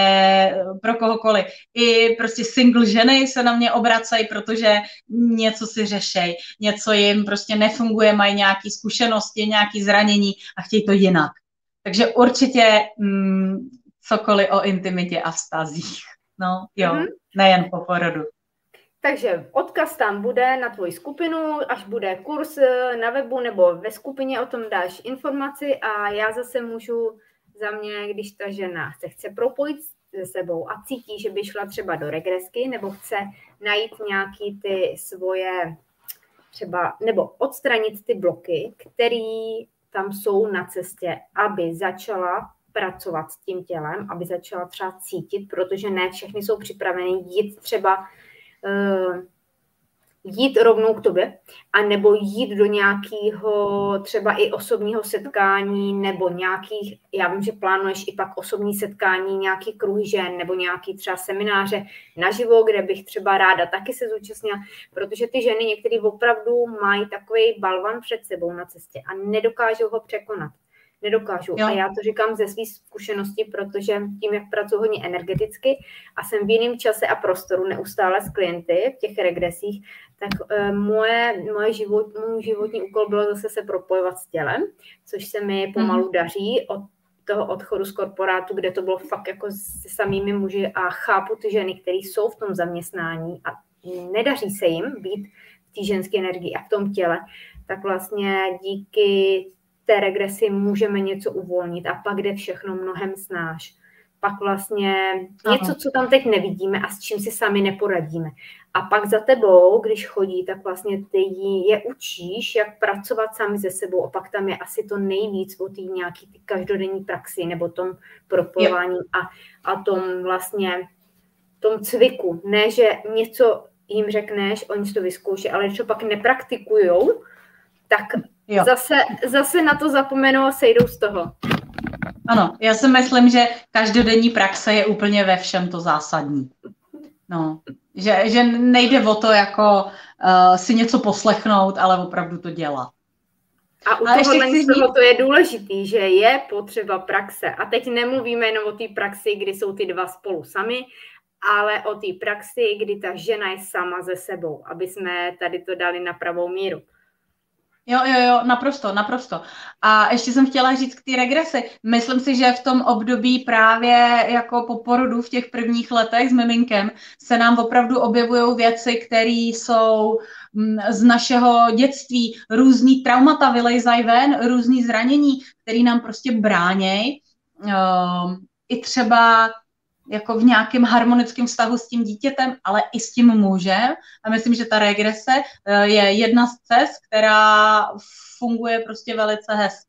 pro kohokoliv. I prostě single ženy se na mě obracají, protože něco si řešej, něco jim prostě nefunguje, mají nějaké zkušenosti, nějaké zranění a chtějí to jinak. Takže určitě mm, cokoliv o intimitě a vztazích. No, jo, mm-hmm. nejen po porodu. Takže odkaz tam bude na tvoji skupinu, až bude kurz na webu nebo ve skupině, o tom dáš informaci a já zase můžu za mě, když ta žena se chce propojit se sebou a cítí, že by šla třeba do regresky nebo chce najít nějaký ty svoje třeba, nebo odstranit ty bloky, které tam jsou na cestě, aby začala pracovat s tím tělem, aby začala třeba cítit, protože ne všechny jsou připraveny jít třeba uh, jít rovnou k tobě, a nebo jít do nějakého třeba i osobního setkání, nebo nějakých, já vím, že plánuješ i pak osobní setkání, nějaký kruh žen, nebo nějaký třeba semináře naživo, kde bych třeba ráda taky se zúčastnila, protože ty ženy některé opravdu mají takový balvan před sebou na cestě a nedokážou ho překonat. Nedokážu. Jo. A já to říkám ze své zkušenosti, protože tím, jak pracuji hodně energeticky a jsem v jiném čase a prostoru neustále s klienty v těch regresích, tak uh, moje, moje život, můj životní úkol bylo zase se propojovat s tělem, což se mi pomalu mm. daří od toho odchodu z korporátu, kde to bylo fakt jako se samými muži a chápu ty ženy, které jsou v tom zaměstnání a nedaří se jim být v té ženské energii a v tom těle, tak vlastně díky té regresi můžeme něco uvolnit a pak jde všechno mnohem snáš. Pak vlastně něco, co tam teď nevidíme a s čím si sami neporadíme. A pak za tebou, když chodí, tak vlastně ty je učíš, jak pracovat sami se sebou a pak tam je asi to nejvíc o té nějaký ty každodenní praxi nebo tom propojování a, a tom vlastně tom cviku. Ne, že něco jim řekneš, oni to vyzkouší, ale když to pak nepraktikujou, tak zase, zase na to zapomenou a sejdou z toho. Ano, já si myslím, že každodenní praxe je úplně ve všem to zásadní. No, že, že nejde o to jako uh, si něco poslechnout, ale opravdu to dělat. A u tohohle z toho to je důležitý, že je potřeba praxe. A teď nemluvíme jenom o té praxi, kdy jsou ty dva spolu sami, ale o té praxi, kdy ta žena je sama ze sebou, aby jsme tady to dali na pravou míru. Jo, jo, jo, naprosto, naprosto. A ještě jsem chtěla říct k té regresi. Myslím si, že v tom období právě jako po porodu v těch prvních letech s miminkem se nám opravdu objevují věci, které jsou z našeho dětství. Různý traumata vylejzají ven, různý zranění, které nám prostě bránějí. Um, I třeba jako v nějakém harmonickém vztahu s tím dítětem, ale i s tím mužem. A myslím, že ta regrese je jedna z cest, která funguje prostě velice hezky.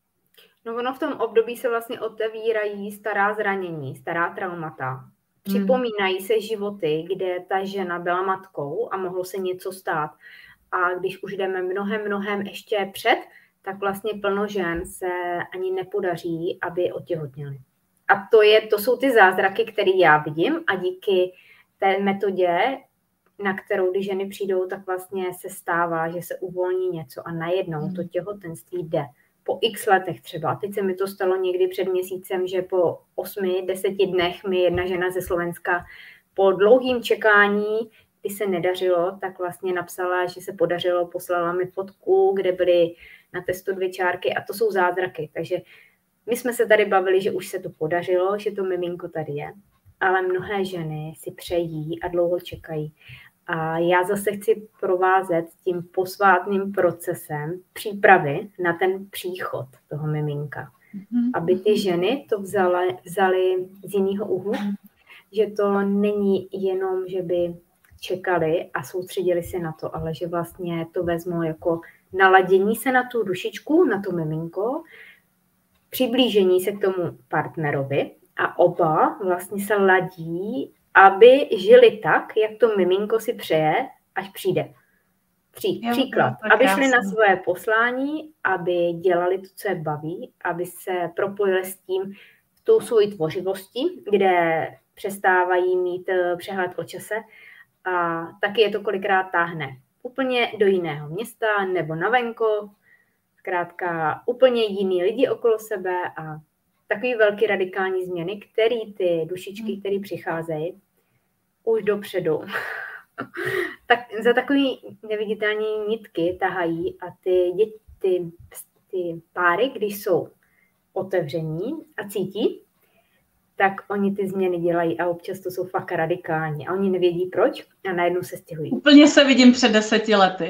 No ono v tom období se vlastně otevírají stará zranění, stará traumata. Připomínají se životy, kde ta žena byla matkou a mohlo se něco stát. A když už jdeme mnohem, mnohem ještě před, tak vlastně plno žen se ani nepodaří, aby otěhotněly. A to, je, to jsou ty zázraky, které já vidím a díky té metodě, na kterou když ženy přijdou, tak vlastně se stává, že se uvolní něco a najednou to těhotenství jde. Po x letech třeba. A teď se mi to stalo někdy před měsícem, že po osmi, deseti dnech mi jedna žena ze Slovenska po dlouhým čekání, kdy se nedařilo, tak vlastně napsala, že se podařilo, poslala mi fotku, kde byly na testu dvě čárky a to jsou zázraky. Takže my jsme se tady bavili, že už se to podařilo, že to miminko tady je, ale mnohé ženy si přejí a dlouho čekají. A já zase chci provázet tím posvátným procesem přípravy na ten příchod toho miminka. Mm-hmm. Aby ty ženy to vzali, vzali z jiného úhlu, že to není jenom, že by čekali a soustředili se na to, ale že vlastně to vezmou jako naladění se na tu dušičku, na to miminko, přiblížení se k tomu partnerovi a oba vlastně se ladí, aby žili tak, jak to miminko si přeje, až přijde. Pří, jo, příklad, aby šli na svoje poslání, aby dělali to, co je baví, aby se propojili s tím, tou svojí tvořivostí, kde přestávají mít přehled o čase a taky je to kolikrát táhne úplně do jiného města nebo na venko, zkrátka úplně jiný lidi okolo sebe a takový velký radikální změny, které ty dušičky, které přicházejí, už dopředu. Tak za takový neviditelné nitky tahají a ty děti, ty, ty páry, když jsou otevření a cítí, tak oni ty změny dělají a občas to jsou fakt radikální a oni nevědí proč a najednou se stěhují. Úplně se vidím před deseti lety.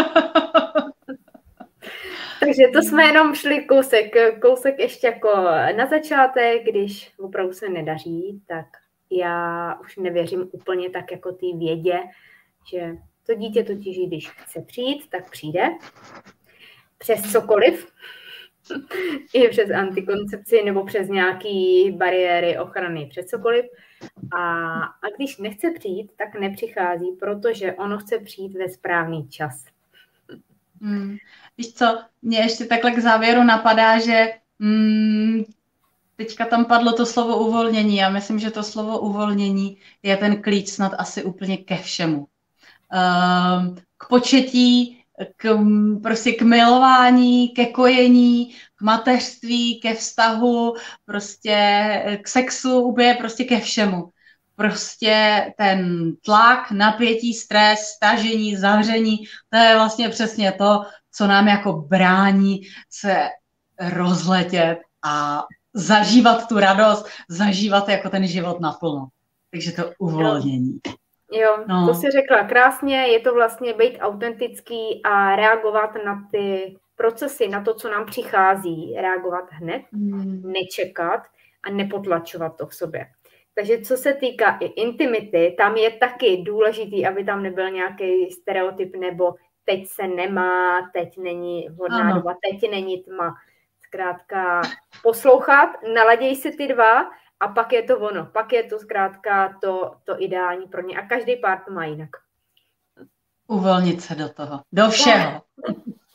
Takže to jsme jenom šli kousek, kousek ještě jako na začátek, když opravdu se nedaří, tak já už nevěřím úplně tak jako té vědě, že to dítě totiž, když chce přijít, tak přijde přes cokoliv, i přes antikoncepci nebo přes nějaké bariéry ochrany, přes cokoliv. A, a když nechce přijít, tak nepřichází, protože ono chce přijít ve správný čas. Hmm. Víš co, mě ještě takhle k závěru napadá, že hmm, teďka tam padlo to slovo uvolnění. Já myslím, že to slovo uvolnění je ten klíč snad asi úplně ke všemu. Uh, k početí, k, prostě k milování, ke kojení, k mateřství, ke vztahu, prostě k sexu, úplně prostě ke všemu. Prostě ten tlak, napětí, stres, stažení, zavření, to je vlastně přesně to, co nám jako brání se rozletět a zažívat tu radost, zažívat jako ten život naplno. Takže to uvolnění. Jo, no. To jsi řekla krásně, je to vlastně být autentický a reagovat na ty procesy, na to, co nám přichází, reagovat hned, hmm. nečekat a nepotlačovat to v sobě. Takže co se týká i intimity, tam je taky důležitý, aby tam nebyl nějaký stereotyp nebo teď se nemá, teď není vhodná ano. doba, teď není tma. Zkrátka poslouchat, naladěj si ty dva a pak je to ono. Pak je to zkrátka to, to ideální pro ně. A každý pár to má jinak. Uvolnit se do toho. Do všeho.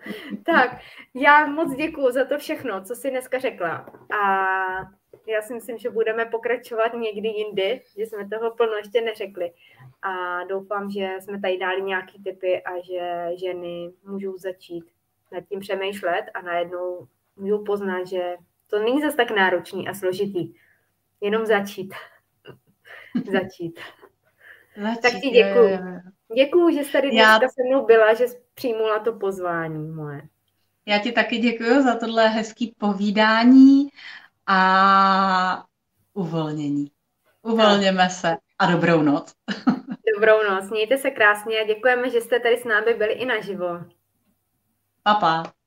Tak, já moc děkuju za to všechno, co jsi dneska řekla. A já si myslím, že budeme pokračovat někdy jindy, že jsme toho plno ještě neřekli. A doufám, že jsme tady dali nějaký tipy a že ženy můžou začít nad tím přemýšlet a najednou můžou poznat, že to není zase tak náročný a složitý. Jenom začít. začít. Začít. Tak ti děkuju. Děkuju, že jsi tady dneska já... se mnou byla, že jsi přijmula to pozvání moje. Já ti taky děkuju za tohle hezký povídání a uvolnění. Uvolněme se a dobrou noc. Dobrou noc. Mějte se krásně a děkujeme, že jste tady s námi byli i naživo. Pa, pa.